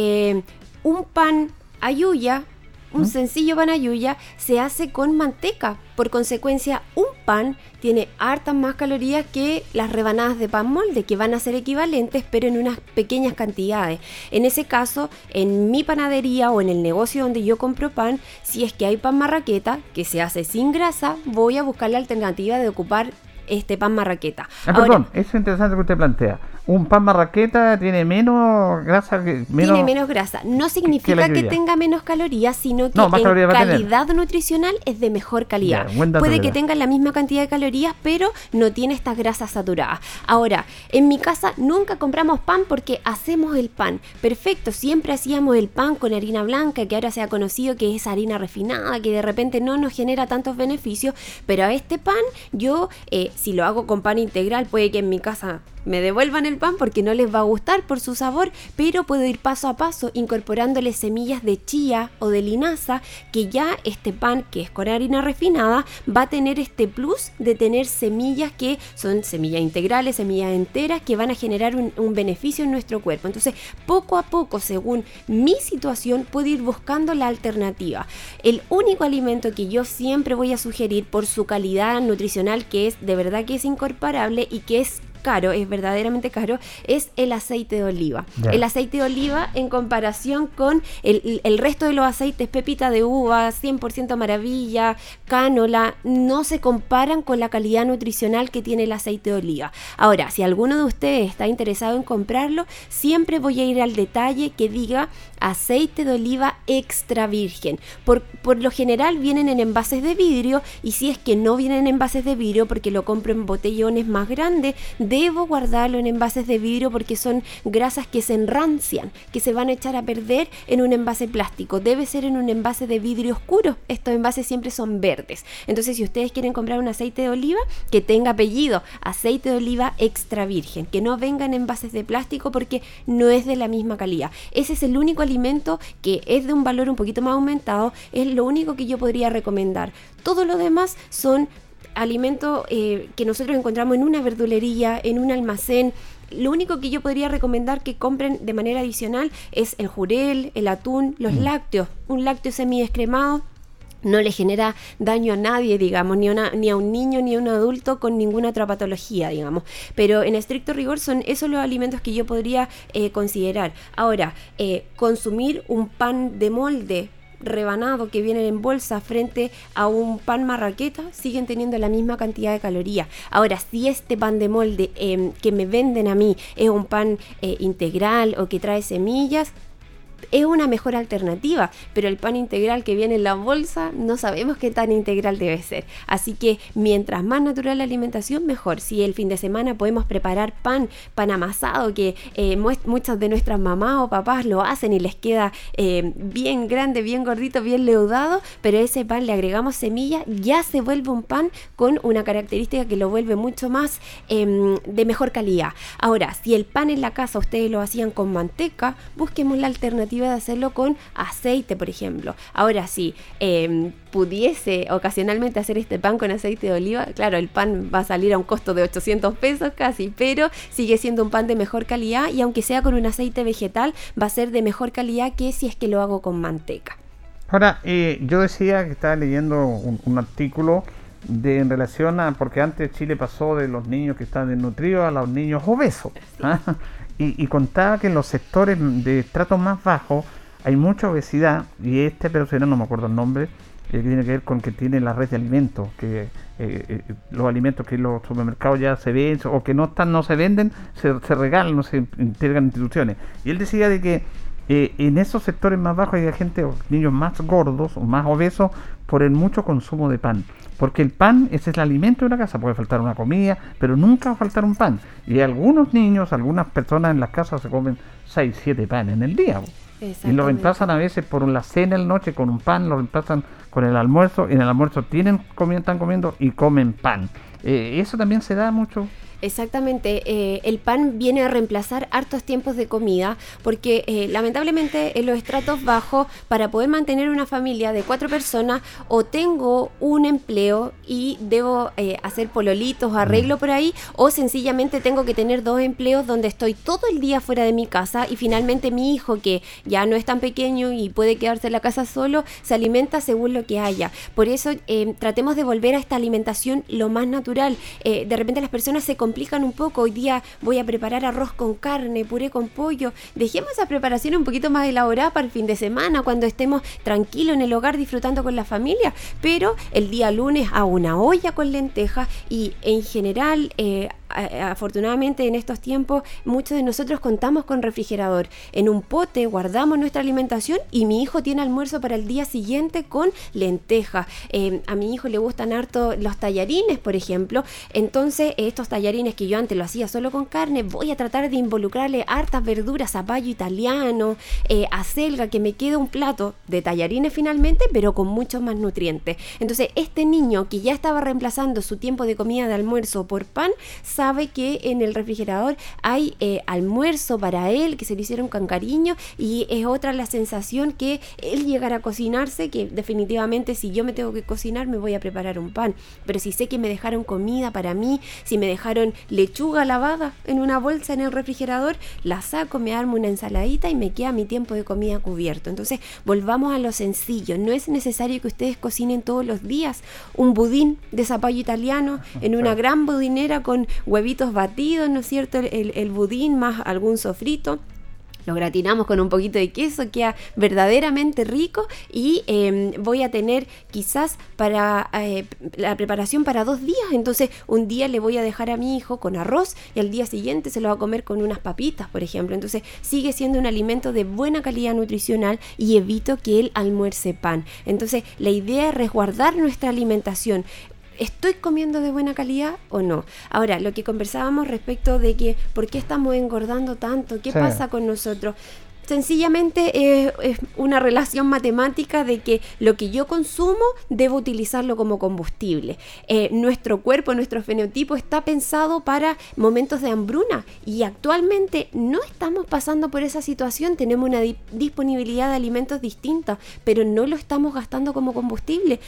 Un pan ayuya, un sencillo pan ayuya, se hace con manteca. Por consecuencia, un pan tiene hartas más calorías que las rebanadas de pan molde, que van a ser equivalentes, pero en unas pequeñas cantidades. En ese caso, en mi panadería o en el negocio donde yo compro pan, si es que hay pan marraqueta, que se hace sin grasa, voy a buscar la alternativa de ocupar este pan marraqueta. Perdón, eso es interesante que usted plantea. Un pan marraqueta tiene menos grasa tiene menos grasa. No significa que tenga menos calorías, sino que en calidad nutricional es de mejor calidad. Puede que tenga la misma cantidad de calorías, pero no tiene estas grasas saturadas. Ahora, en mi casa nunca compramos pan porque hacemos el pan. Perfecto, siempre hacíamos el pan con harina blanca, que ahora se ha conocido que es harina refinada, que de repente no nos genera tantos beneficios, pero a este pan yo, si lo hago con pan integral, puede que en mi casa me devuelvan el pan porque no les va a gustar por su sabor, pero puedo ir paso a paso incorporándole semillas de chía o de linaza, que ya este pan, que es con harina refinada, va a tener este plus de tener semillas que son semillas integrales, semillas enteras, que van a generar un beneficio en nuestro cuerpo. Entonces, poco a poco, según mi situación, puedo ir buscando la alternativa. El único alimento que yo siempre voy a sugerir por su calidad nutricional, que es de verdad que es incomparable y que es caro, es verdaderamente caro, es el aceite de oliva. El aceite de oliva, en comparación con el resto de los aceites, pepita de uva, 100% maravilla, cánola, no se comparan con la calidad nutricional que tiene el aceite de oliva. Ahora, si alguno de ustedes está interesado en comprarlo, siempre voy a ir al detalle que diga aceite de oliva extra virgen. Por lo general vienen en envases de vidrio, y si es que no vienen en envases de vidrio porque lo compro en botellones más grandes, debo guardarlo en envases de vidrio porque son grasas que se enrancian, que se van a echar a perder en un envase plástico. Debe ser en un envase de vidrio oscuro. Estos envases siempre son verdes. Entonces, si ustedes quieren comprar un aceite de oliva, que tenga apellido aceite de oliva extra virgen, que no venga en envases de plástico porque no es de la misma calidad. Ese es el único alimento que es de un valor un poquito más aumentado, es lo único que yo podría recomendar. Todo lo demás son alimentos que nosotros encontramos en una verdulería, en un almacén. Lo único que yo podría recomendar que compren de manera adicional es el jurel, el atún, los lácteos. Un lácteo semidescremado no le genera daño a nadie, digamos, ni a un niño ni a un adulto con ninguna otra patología, digamos. Pero en estricto rigor son esos los alimentos que yo podría considerar. Ahora, consumir un pan de molde rebanado que vienen en bolsa frente a un pan marraqueta, siguen teniendo la misma cantidad de calorías. Ahora, si este pan de molde que me venden a mí es un pan integral o que trae semillas, es una mejor alternativa, pero el pan integral que viene en la bolsa no sabemos qué tan integral debe ser. Así que mientras más natural la alimentación, mejor. Si el fin de semana podemos preparar pan amasado, que muchas de nuestras mamás o papás lo hacen y les queda bien grande, bien gordito, bien leudado, pero ese pan le agregamos semilla, ya se vuelve un pan con una característica que lo vuelve mucho más de mejor calidad. Ahora, si el pan en la casa ustedes lo hacían con manteca, busquemos la alternativa de hacerlo con aceite, por ejemplo. Ahora, si pudiese ocasionalmente hacer este pan con aceite de oliva, claro, el pan va a salir a un costo de 800 pesos casi, pero sigue siendo un pan de mejor calidad, y aunque sea con un aceite vegetal, va a ser de mejor calidad que si es que lo hago con manteca. Ahora, yo decía que estaba leyendo un artículo en relación a, porque antes Chile pasó de los niños que están desnutridos a los niños obesos, sí. Y contaba que en los sectores de estratos más bajos hay mucha obesidad, y pero si no me acuerdo el nombre, que tiene que ver con que tiene la red de alimentos, que los alimentos que en los supermercados ya se ven o que no se venden, se regalan, no se entregan instituciones. Y él decía de que en esos sectores más bajos hay gente, niños más gordos o más obesos por el mucho consumo de pan, porque el pan ese es el alimento de la casa. Puede faltar una comida, pero nunca va a faltar un pan, y algunos niños, algunas personas en las casas se comen 6-7 panes en el día, y lo reemplazan a veces por la cena en la noche con un pan, lo reemplazan con el almuerzo, y en el almuerzo están comiendo y comen pan. Eso también se da mucho. Exactamente, el pan viene a reemplazar hartos tiempos de comida, porque lamentablemente en los estratos bajos, para poder mantener una familia de 4 personas, o tengo un empleo y debo hacer pololitos, arreglo por ahí, o sencillamente tengo que tener 2 empleos donde estoy todo el día fuera de mi casa, y finalmente mi hijo, que ya no es tan pequeño y puede quedarse en la casa solo, se alimenta según lo que haya. Por eso tratemos de volver a esta alimentación lo más natural. De repente las personas se complican un poco. Hoy día voy a preparar arroz con carne, puré con pollo. Dejemos esa preparación un poquito más elaborada para el fin de semana, cuando estemos tranquilos en el hogar disfrutando con la familia. Pero el día lunes a una olla con lentejas, y en general afortunadamente en estos tiempos muchos de nosotros contamos con refrigerador. En un pote guardamos nuestra alimentación, y mi hijo tiene almuerzo para el día siguiente con lentejas. A mi hijo le gustan harto los tallarines, por ejemplo. Entonces estos tallarines que yo antes lo hacía solo con carne, voy a tratar de involucrarle hartas verduras, zapallo italiano, acelga, que me quede un plato de tallarines finalmente, pero con muchos más nutrientes. Entonces este niño que ya estaba reemplazando su tiempo de comida de almuerzo por pan, sabe que en el refrigerador hay almuerzo para él, que se le hicieron con cariño, y es otra la sensación que él llegara a cocinarse, que definitivamente si yo me tengo que cocinar me voy a preparar un pan, pero si sé que me dejaron comida para mí, si me dejaron lechuga lavada en una bolsa en el refrigerador, la saco, me armo una ensaladita y me queda mi tiempo de comida cubierto. Entonces volvamos a lo sencillo. No es necesario que ustedes cocinen todos los días un budín de zapallo italiano en una gran budinera con huevitos batidos, ¿no es cierto? El budín más algún sofrito. Lo gratinamos con un poquito de queso, queda verdaderamente rico, y voy a tener quizás para la preparación para 2 días. Entonces un día le voy a dejar a mi hijo con arroz, y al día siguiente se lo va a comer con unas papitas, por ejemplo. Entonces sigue siendo un alimento de buena calidad nutricional, y evito que él almuerce pan. Entonces la idea es resguardar nuestra alimentación. ¿Estoy comiendo de buena calidad o no? Ahora, lo que conversábamos respecto de que ¿por qué estamos engordando tanto? ¿Qué pasa con nosotros? Sencillamente es una relación matemática de que lo que yo consumo debo utilizarlo como combustible. Nuestro cuerpo, nuestro fenotipo está pensado para momentos de hambruna, y actualmente no estamos pasando por esa situación. Tenemos una disponibilidad de alimentos distinta, pero no lo estamos gastando como combustible.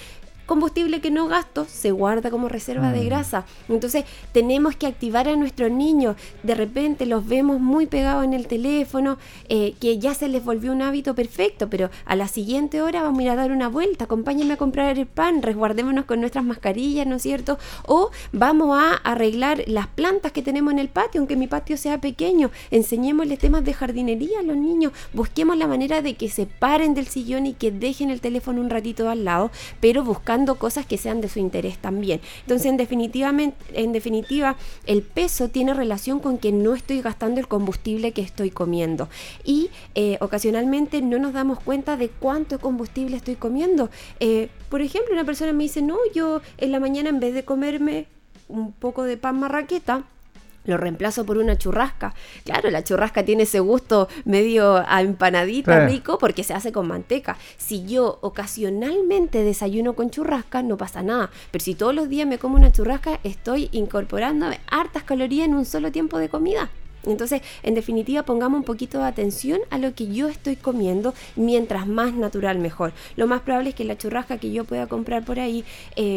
combustible que no gasto se guarda como reserva de grasa. Entonces tenemos que activar a nuestros niños. De repente los vemos muy pegados en el teléfono, que ya se les volvió un hábito perfecto, pero a la siguiente hora vamos a ir a dar una vuelta, acompáñenme a comprar el pan, resguardémonos con nuestras mascarillas, ¿no es cierto? O vamos a arreglar las plantas que tenemos en el patio, aunque mi patio sea pequeño, enseñémosles temas de jardinería a los niños, busquemos la manera de que se paren del sillón y que dejen el teléfono un ratito al lado, pero buscando cosas que sean de su interés también. Entonces, en definitiva, el peso tiene relación con que no estoy gastando el combustible que estoy comiendo. Y ocasionalmente no nos damos cuenta de cuánto combustible estoy comiendo. Por ejemplo, una persona me dice, no, yo en la mañana en vez de comerme un poco de pan marraqueta, lo reemplazo por una churrasca. Claro, la churrasca tiene ese gusto medio a empanadita rico porque se hace con manteca. Si yo ocasionalmente desayuno con churrasca, no pasa nada. Pero si todos los días me como una churrasca, estoy incorporando hartas calorías en un solo tiempo de comida. Entonces, en definitiva, pongamos un poquito de atención a lo que yo estoy comiendo, mientras más natural mejor. Lo más probable es que la churrasca que yo pueda comprar por ahí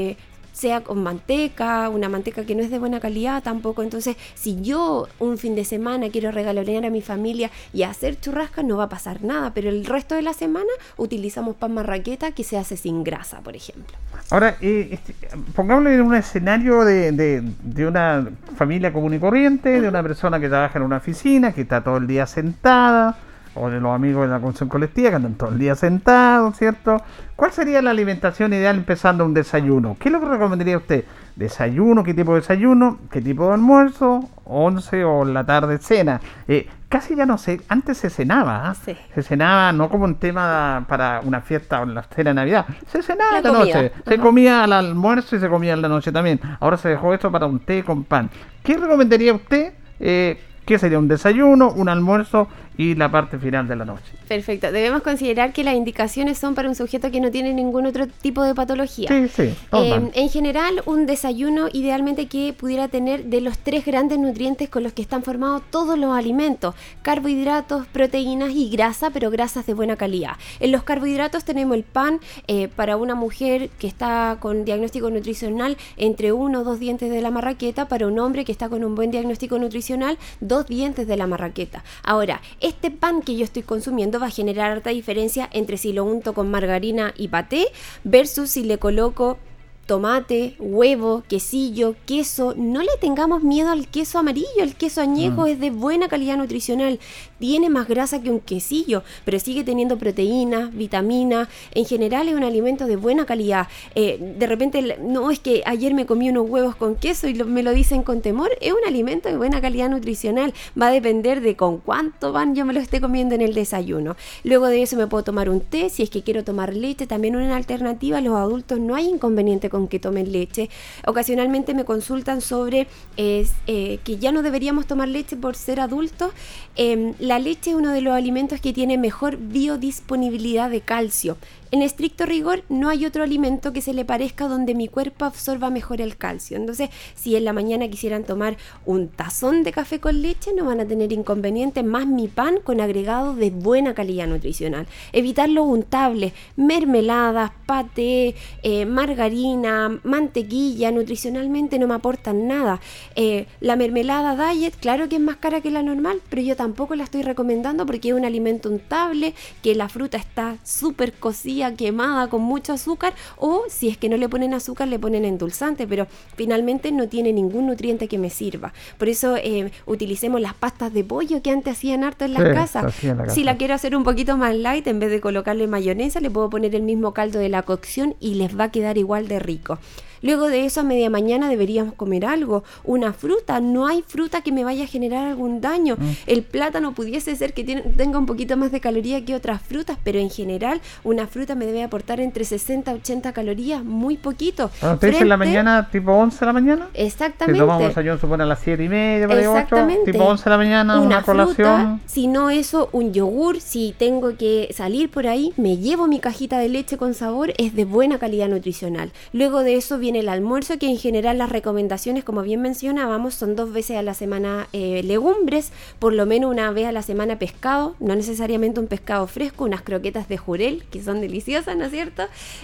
sea con manteca, una manteca que no es de buena calidad tampoco. Entonces, si yo un fin de semana quiero regalonear a mi familia y hacer churrasca, no va a pasar nada, pero el resto de la semana utilizamos pan marraqueta que se hace sin grasa, por ejemplo. Ahora, pongámosle en un escenario de una familia común y corriente, de una persona que trabaja en una oficina, que está todo el día sentada, o de los amigos de la construcción colectiva que andan todo el día sentados, ¿cierto? ¿Cuál sería la alimentación ideal empezando un desayuno? ¿Qué es lo que recomendaría usted? ¿Desayuno? ¿Qué tipo de desayuno? ¿Qué tipo de almuerzo? ¿11 o la tarde cena? Casi ya no sé, antes se cenaba, ¿eh? Sí. Se cenaba no como un tema para una fiesta o la cena de Navidad, se cenaba la noche, se comía al almuerzo y se comía en la noche también. Ahora se dejó esto para un té con pan. ¿Qué recomendaría usted? ¿Qué sería un desayuno, un almuerzo y la parte final de la noche? Perfecto. Debemos considerar que las indicaciones son para un sujeto que no tiene ningún otro tipo de patología. Sí. En general, un desayuno idealmente que pudiera tener de los 3 grandes nutrientes con los que están formados todos los alimentos: carbohidratos, proteínas y grasa, pero grasas de buena calidad. En los carbohidratos tenemos el pan, para una mujer que está con diagnóstico nutricional, entre 1 o 2 dientes de la marraqueta; para un hombre que está con un buen diagnóstico nutricional, 2 dientes de la marraqueta. Ahora, este pan que yo estoy consumiendo va a generar harta diferencia entre si lo unto con margarina y paté versus si le coloco tomate, huevo, quesillo, queso. No le tengamos miedo al queso amarillo. El queso añejo es de buena calidad nutricional, tiene más grasa que un quesillo, pero sigue teniendo proteínas, vitaminas. En general es un alimento de buena calidad. De repente, no, es que ayer me comí unos huevos con queso y me lo dicen con temor. Es un alimento de buena calidad nutricional. Va a depender de con cuánto pan yo me lo esté comiendo en el desayuno. Luego de eso me puedo tomar un té. Si es que quiero tomar leche, también una alternativa. Los adultos no hay inconveniente con que tomen leche. Ocasionalmente me consultan sobre que ya no deberíamos tomar leche por ser adultos. La leche es uno de los alimentos que tiene mejor biodisponibilidad de calcio. En estricto rigor, no hay otro alimento que se le parezca donde mi cuerpo absorba mejor el calcio. Entonces, si en la mañana quisieran tomar un tazón de café con leche, no van a tener inconveniente, más mi pan con agregados de buena calidad nutricional. Evitar lo untable, mermeladas, paté, margarina, mantequilla, nutricionalmente no me aportan nada. La mermelada diet, claro que es más cara que la normal, pero yo tampoco la estoy recomendando porque es un alimento untable, que la fruta está súper cocida, quemada, con mucho azúcar, o si es que no le ponen azúcar, le ponen endulzante, pero finalmente no tiene ningún nutriente que me sirva. Por eso utilicemos las pastas de pollo que antes hacían harto en las casas. Si la quiero hacer un poquito más light, en vez de colocarle mayonesa, le puedo poner el mismo caldo de la cocción y les va a quedar igual de rico. Luego de eso, a media mañana deberíamos comer algo, una fruta. No hay fruta que me vaya a generar algún daño. El plátano pudiese ser que tenga un poquito más de caloría que otras frutas, pero en general una fruta me debe aportar entre 60 a 80 calorías, muy poquito. ¿Usted dice en la mañana, tipo 11 de la mañana? Exactamente. Si tomamos desayuno, supone a las 7:30, para 8, tipo 11 de la mañana, una colación. Fruta, si no eso, un yogur. Si tengo que salir por ahí, me llevo mi cajita de leche con sabor, es de buena calidad nutricional. Luego de eso viene el almuerzo, que en general las recomendaciones, como bien mencionábamos, son 2 veces a la semana legumbres, por lo menos una vez a la semana pescado, no necesariamente un pescado fresco, unas croquetas de jurel, que son deliciosas, ¿no es cierto?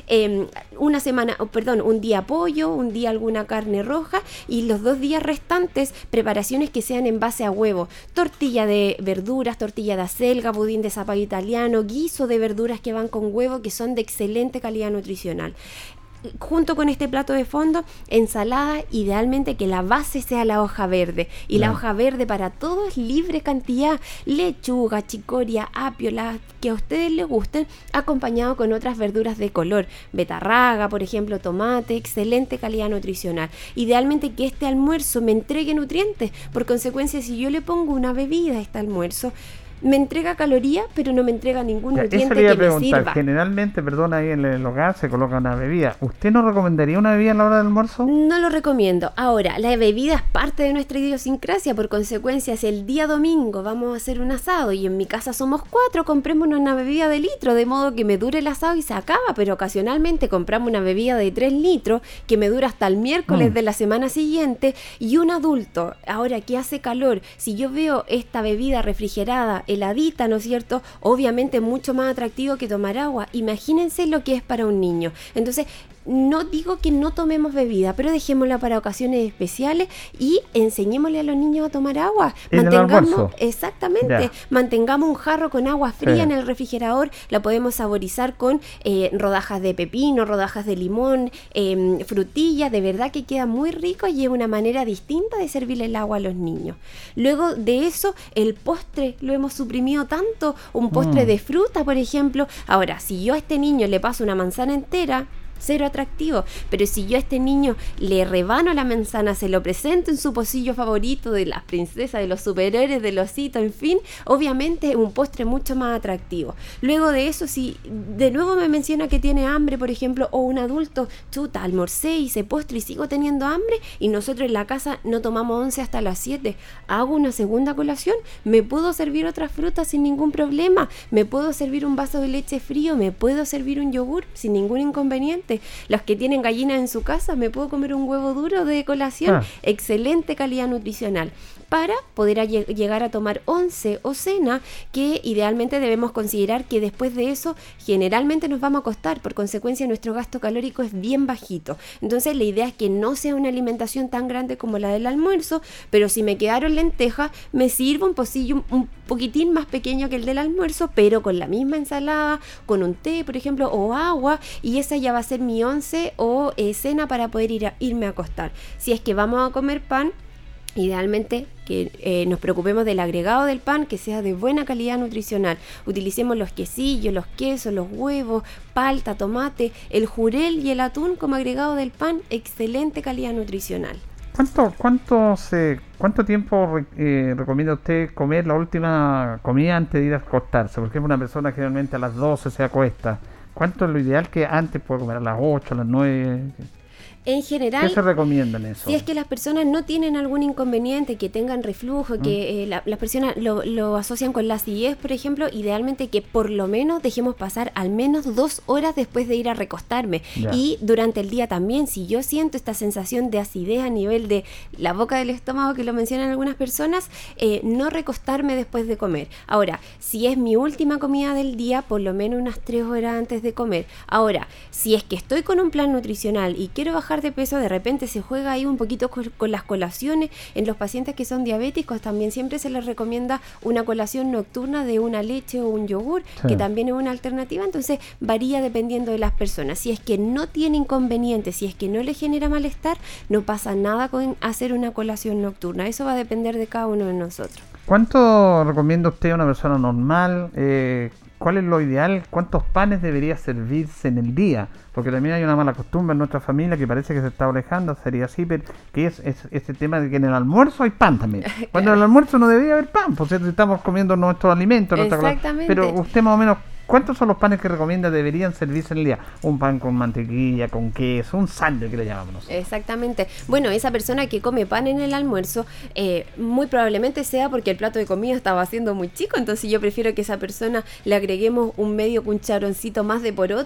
Un día pollo, un día alguna carne roja, y los 2 días restantes preparaciones que sean en base a huevo, tortilla de verduras, tortilla de acelga, budín de zapallo italiano, guiso de verduras que van con huevo, que son de excelente calidad nutricional. Junto con este plato de fondo, ensalada, idealmente que la base sea la hoja verde, y la hoja verde para todos libre cantidad, lechuga, chicoria, apio, las que a ustedes les gusten, acompañado con otras verduras de color, betarraga, por ejemplo, tomate, excelente calidad nutricional. Idealmente que este almuerzo me entregue nutrientes, por consecuencia, si yo le pongo una bebida a este almuerzo, me entrega calorías, pero no me entrega ningún nutriente que me sirva. Generalmente, ahí en el hogar se coloca una bebida. ¿Usted no recomendaría una bebida a la hora del almuerzo? No lo recomiendo. Ahora, la bebida es parte de nuestra idiosincrasia, por consecuencia, si el día domingo vamos a hacer un asado y en mi casa somos 4, comprémonos una bebida de litro, de modo que me dure el asado y se acaba, pero ocasionalmente compramos una bebida de 3 litros que me dura hasta el miércoles de la semana siguiente. Y un adulto, ahora que hace calor, si yo veo esta bebida refrigerada, heladita, ¿no es cierto? Obviamente mucho más atractivo que tomar agua. Imagínense lo que es para un niño. Entonces, no digo que no tomemos bebida, pero dejémosla para ocasiones especiales y enseñémosle a los niños a tomar agua. Mantengamos un jarro con agua fría en el refrigerador, la podemos saborizar con rodajas de pepino, rodajas de limón, frutillas, de verdad que queda muy rico y es una manera distinta de servirle el agua a los niños. Luego de eso, el postre lo hemos suprimido tanto, un postre de fruta, por ejemplo. Ahora, si yo a este niño le paso una manzana entera, cero atractivo, pero si yo a este niño le rebano la manzana, se lo presento en su pocillo favorito de las princesas, de los superhéroes, del osito, en fin, obviamente es un postre mucho más atractivo. Luego de eso, si de nuevo me menciona que tiene hambre, por ejemplo, o un adulto, chuta, almorcé, hice postre y sigo teniendo hambre, y nosotros en la casa no tomamos 11 hasta las 7, hago una segunda colación, me puedo servir otras frutas sin ningún problema, me puedo servir un vaso de leche frío, me puedo servir un yogur sin ningún inconveniente. Los que tienen gallinas en su casa, me puedo comer un huevo duro de colación, excelente calidad nutricional, para poder llegar a tomar 11 o cena, que idealmente debemos considerar que después de eso generalmente nos vamos a acostar, por consecuencia nuestro gasto calórico es bien bajito. Entonces la idea es que no sea una alimentación tan grande como la del almuerzo, pero si me quedaron lentejas, me sirvo un pocillo un poquitín más pequeño que el del almuerzo, pero con la misma ensalada, con un té, por ejemplo, o agua, y esa ya va a ser mi 11 o cena para poder irme a acostar. Si es que vamos a comer pan, idealmente que nos preocupemos del agregado del pan, que sea de buena calidad nutricional. Utilicemos los quesillos, los quesos, los huevos, palta, tomate, el jurel y el atún como agregado del pan, excelente calidad nutricional. ¿Cuánto tiempo recomienda usted comer la última comida antes de ir a acostarse? Porque una persona generalmente a las 12 se acuesta. ¿Cuánto es lo ideal que antes puede comer? ¿A las 8, a las 9? En general, ¿qué se recomienda en eso? Si es que las personas no tienen algún inconveniente, que tengan reflujo, que las personas lo asocian con la acidez, por ejemplo, idealmente que por lo menos dejemos pasar al menos 2 horas después de ir a recostarme. Y durante el día también, si yo siento esta sensación de acidez a nivel de la boca del estómago, que lo mencionan algunas personas, no recostarme después de comer. Ahora, si es mi última comida del día, por lo menos unas 3 horas antes de comer. Ahora, si es que estoy con un plan nutricional y quiero bajar de peso, de repente se juega ahí un poquito con las colaciones. En los pacientes que son diabéticos también siempre se les recomienda una colación nocturna de una leche o un yogur, que también es una alternativa. Entonces varía dependiendo de las personas. Si es que no tiene inconveniente, si es que no le genera malestar, no pasa nada con hacer una colación nocturna. Eso va a depender de cada uno de nosotros. ¿Cuánto recomienda usted a una persona normal? ¿Cuál es lo ideal? ¿Cuántos panes debería servirse en el día? Porque también hay una mala costumbre en nuestra familia que parece que se está alejando, sería así, pero que es este tema de que en el almuerzo hay pan también. Cuando en el almuerzo no debería haber pan, porque estamos comiendo nuestros alimentos. Exactamente. Pero usted más o menos, ¿cuántos son los panes que recomienda deberían servirse en el día? Un pan con mantequilla, con queso, un sándwich que le llamamos nosotros. Exactamente. Bueno, esa persona que come pan en el almuerzo, muy probablemente sea porque el plato de comida estaba siendo muy chico, entonces yo prefiero que a esa persona le agreguemos un medio cucharoncito más de poroto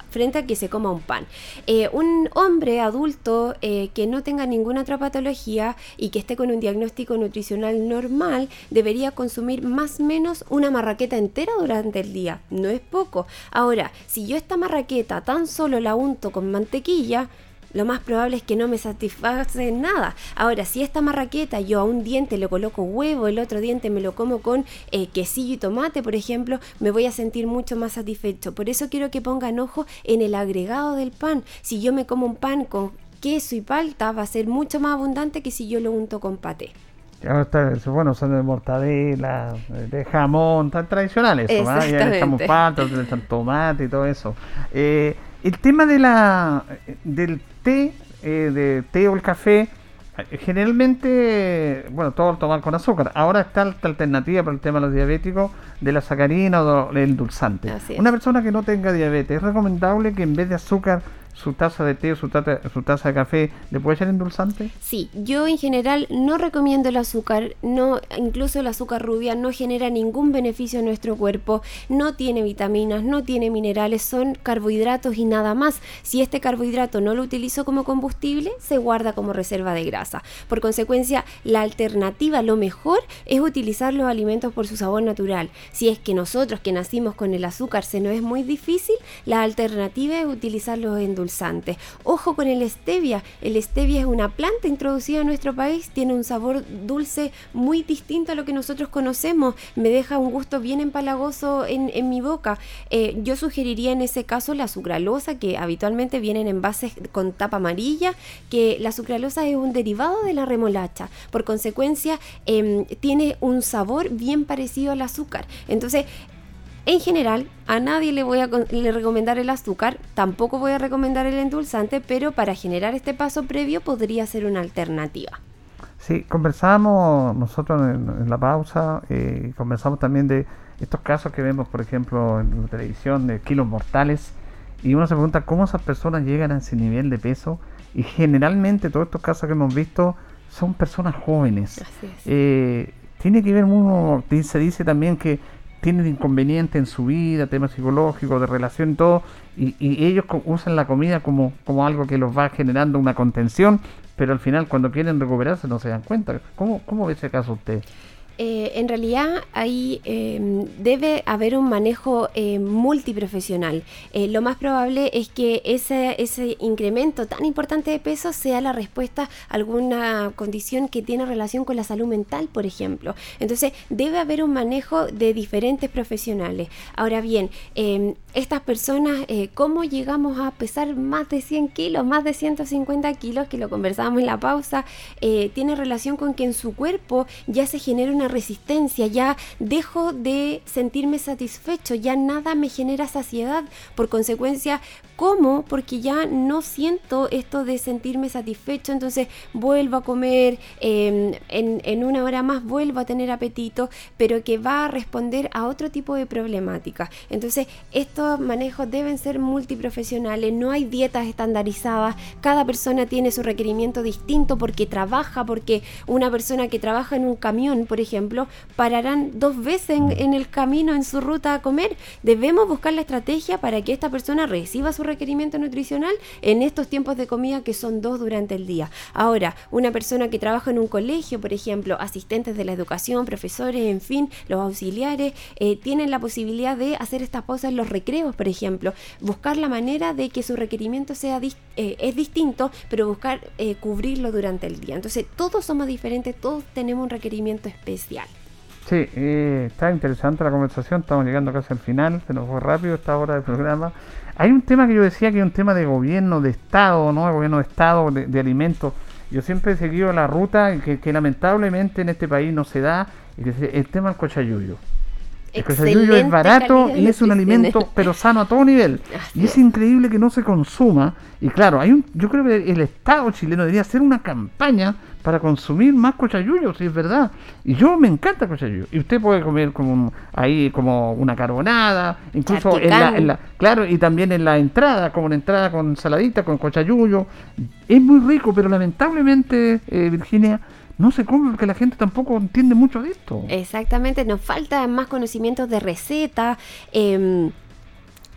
frente a que se coma un pan. Un hombre adulto que no tenga ninguna otra patología y que esté con un diagnóstico nutricional normal debería consumir más o menos una marraqueta entera durante el día. No es poco. Ahora, si yo esta marraqueta tan solo la unto con mantequilla, lo más probable es que no me satisface nada. Ahora, si esta marraqueta yo a un diente le coloco huevo, el otro diente me lo como con quesillo y tomate, por ejemplo, me voy a sentir mucho más satisfecho. Por eso quiero que pongan ojo en el agregado del pan. Si yo me como un pan con queso y palta, va a ser mucho más abundante que si yo lo unto con paté. Ahora está, bueno, son de mortadela, de jamón, tan tradicionales. Exactamente. Ya le echamos palta, le echamos tomate y todo eso. El tema del té, o el café, generalmente, bueno, todo tomar con azúcar. Ahora está esta alternativa para el tema de los diabéticos de la sacarina o del endulzante. Una persona que no tenga diabetes, ¿es recomendable que en vez de azúcar su taza de té o su taza de café le puede echar endulzante? Sí, yo en general no recomiendo el azúcar, incluso el azúcar rubia no genera ningún beneficio a nuestro cuerpo, no tiene vitaminas, no tiene minerales, son carbohidratos y nada más. Si este carbohidrato no lo utilizo como combustible, se guarda como reserva de grasa. Por consecuencia, la alternativa, lo mejor, es utilizar los alimentos por su sabor natural. Si es que nosotros que nacimos con el azúcar se nos es muy difícil, la alternativa es utilizar los endulzantes. Ojo con el stevia. El stevia es una planta introducida en nuestro país, tiene un sabor dulce muy distinto a lo que nosotros conocemos, me deja un gusto bien empalagoso en mi boca. Yo sugeriría en ese caso la sucralosa, que habitualmente vienen en envases con tapa amarilla, que la sucralosa es un derivado de la remolacha, por consecuencia tiene un sabor bien parecido al azúcar. Entonces, en general, a nadie le voy a recomendar el azúcar, tampoco voy a recomendar el endulzante, pero para generar este paso previo podría ser una alternativa. Sí, conversábamos nosotros en la pausa, conversamos también de estos casos que vemos, por ejemplo, en la televisión, de kilos mortales, y uno se pregunta cómo esas personas llegan a ese nivel de peso, y generalmente todos estos casos que hemos visto son personas jóvenes. Así es. Tiene que ver, se dice también que tienen inconvenientes en su vida, temas psicológicos, de relación y todo, y ellos usan la comida como algo que los va generando una contención, pero al final cuando quieren recuperarse no se dan cuenta. ¿Cómo ve ese caso usted? En realidad ahí debe haber un manejo multiprofesional. Lo más probable es que ese incremento tan importante de peso sea la respuesta a alguna condición que tiene relación con la salud mental, por ejemplo. Entonces debe haber un manejo de diferentes profesionales. Ahora bien, estas personas, ¿cómo llegamos a pesar más de 100 kilos, más de 150 kilos, que lo conversábamos en la pausa? Tiene relación con que en su cuerpo ya se genera una resistencia, ya dejo de sentirme satisfecho, ya nada me genera saciedad. Por consecuencia, ¿cómo? Porque ya no siento esto de sentirme satisfecho, entonces vuelvo a comer, en una hora más vuelvo a tener apetito, pero que va a responder a otro tipo de problemática. Entonces, estos manejos deben ser multiprofesionales, no hay dietas estandarizadas, cada persona tiene su requerimiento distinto porque una persona que trabaja en un camión, por ejemplo, pararán 2 veces en el camino, en su ruta a comer. Debemos buscar la estrategia para que esta persona reciba su requerimiento nutricional en estos tiempos de comida, que son 2 durante el día. Ahora, una persona que trabaja en un colegio, por ejemplo, asistentes de la educación, profesores, en fin, los auxiliares, tienen la posibilidad de hacer estas pausas en los recreos, por ejemplo, buscar la manera de que su requerimiento es distinto, pero buscar cubrirlo durante el día. Entonces, todos somos diferentes, todos tenemos un requerimiento especial. Sí, está interesante la conversación, estamos llegando casi al final, se nos fue rápido esta hora del programa. Hay un tema que yo decía que es un tema de gobierno, de Estado, ¿no? De gobierno de Estado, de alimentos. Yo siempre he seguido la ruta que lamentablemente en este país no se da, el tema del cochayuyo. El cochayuyo es barato y es un alimento pero sano a todo nivel. Y es increíble que no se consuma. Y claro, yo creo que el Estado chileno debería hacer una campaña para consumir más cochayuyo, si es verdad. Y yo me encanta el cochayuyo. Y usted puede comer como una carbonada, incluso claro, y también en la entrada, como una entrada con saladita, con cochayuyo. Es muy rico, pero lamentablemente, Virginia, no se come porque la gente tampoco entiende mucho de esto. Exactamente, nos falta más conocimientos de receta.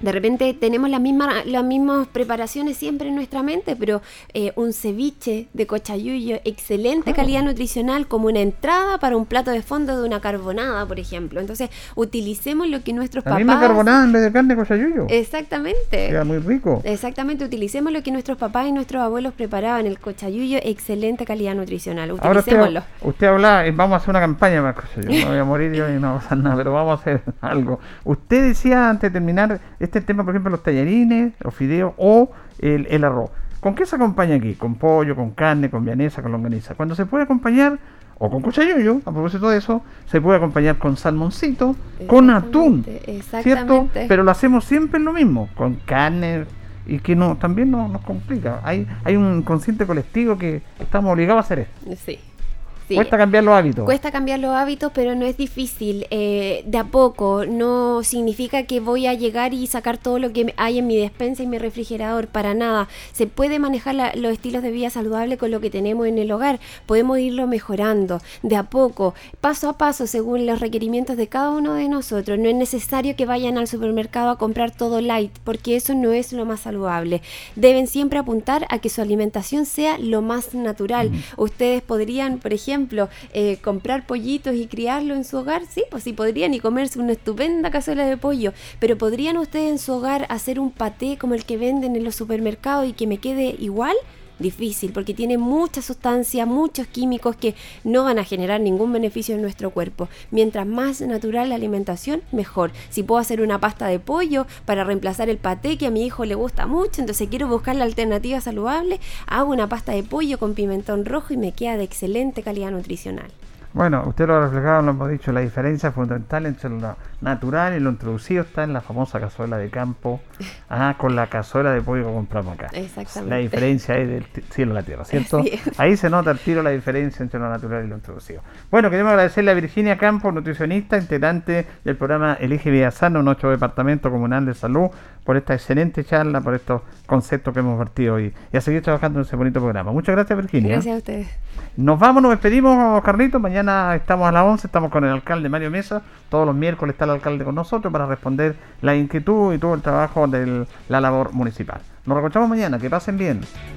De repente tenemos las mismas preparaciones siempre en nuestra mente, pero un ceviche de cochayuyo, excelente calidad nutricional, como una entrada para un plato de fondo de una carbonada, por ejemplo. Entonces, utilicemos lo que nuestros papás... La misma carbonada en vez de carne cochayuyo. Exactamente. Queda muy rico. Exactamente, utilicemos lo que nuestros papás y nuestros abuelos preparaban, el cochayuyo, excelente calidad nutricional. Utilicémoslo. Ahora usted habla, vamos a hacer una campaña para cochayuyo. No voy a morir yo y no va a pasar nada, pero vamos a hacer algo. Usted decía antes de terminar este tema, por ejemplo, los tallarines, los fideos o el arroz. ¿Con qué se acompaña aquí? ¿Con pollo, con carne, con vianesa, con longaniza? Cuando se puede acompañar, o con cochayuyo, a propósito de eso, se puede acompañar con salmoncito, con atún, ¿cierto? Pero lo hacemos siempre en lo mismo, con carne, y que no también nos complica. Hay un inconsciente colectivo que estamos obligados a hacer esto. Sí. Sí. Cuesta cambiar los hábitos. Cuesta cambiar los hábitos, pero no es difícil. De a poco, no significa que voy a llegar y sacar todo lo que hay en mi despensa y mi refrigerador, para nada. Se puede manejar los estilos de vida saludable con lo que tenemos en el hogar. Podemos irlo mejorando de a poco, paso a paso, según los requerimientos de cada uno de nosotros. No es necesario que vayan al supermercado a comprar todo light, porque eso no es lo más saludable. Deben siempre apuntar a que su alimentación sea lo más natural. Ustedes podrían, por ejemplo, comprar pollitos y criarlo en su hogar. Sí, pues sí podrían, y comerse una estupenda cazuela de pollo, pero ¿podrían ustedes en su hogar hacer un paté como el que venden en los supermercados y que me quede igual? Difícil, porque tiene muchas sustancias, muchos químicos que no van a generar ningún beneficio en nuestro cuerpo. Mientras más natural la alimentación, mejor. Si puedo hacer una pasta de pollo para reemplazar el paté, que a mi hijo le gusta mucho, entonces quiero buscar la alternativa saludable, hago una pasta de pollo con pimentón rojo y me queda de excelente calidad nutricional. Bueno, usted lo ha reflejado, lo hemos dicho, la diferencia fundamental entre lo natural y lo introducido está en la famosa cazuela de campo, con la cazuela de pollo que compramos acá. Exactamente. La diferencia es del cielo a la tierra, ¿cierto? Sí. Ahí se nota el tiro la diferencia entre lo natural y lo introducido. Bueno, queremos agradecerle a Virginia Campos, nutricionista, integrante del programa Elige Vida Sana, nuestro departamento comunal de salud, por esta excelente charla, por estos conceptos que hemos vertido hoy, y a seguir trabajando en ese bonito programa. Muchas gracias, Virginia. Gracias a ustedes. Nos vamos, nos despedimos, Carlitos. Mañana estamos a las 11, estamos con el alcalde Mario Mesa. Todos los miércoles está el alcalde con nosotros para responder la inquietud y todo el trabajo de la labor municipal. Nos reencontramos mañana, que pasen bien.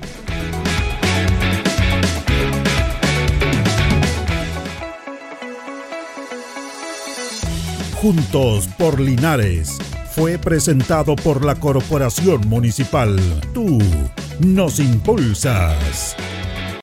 Juntos por Linares fue presentado por la Corporación Municipal. Tú nos impulsas.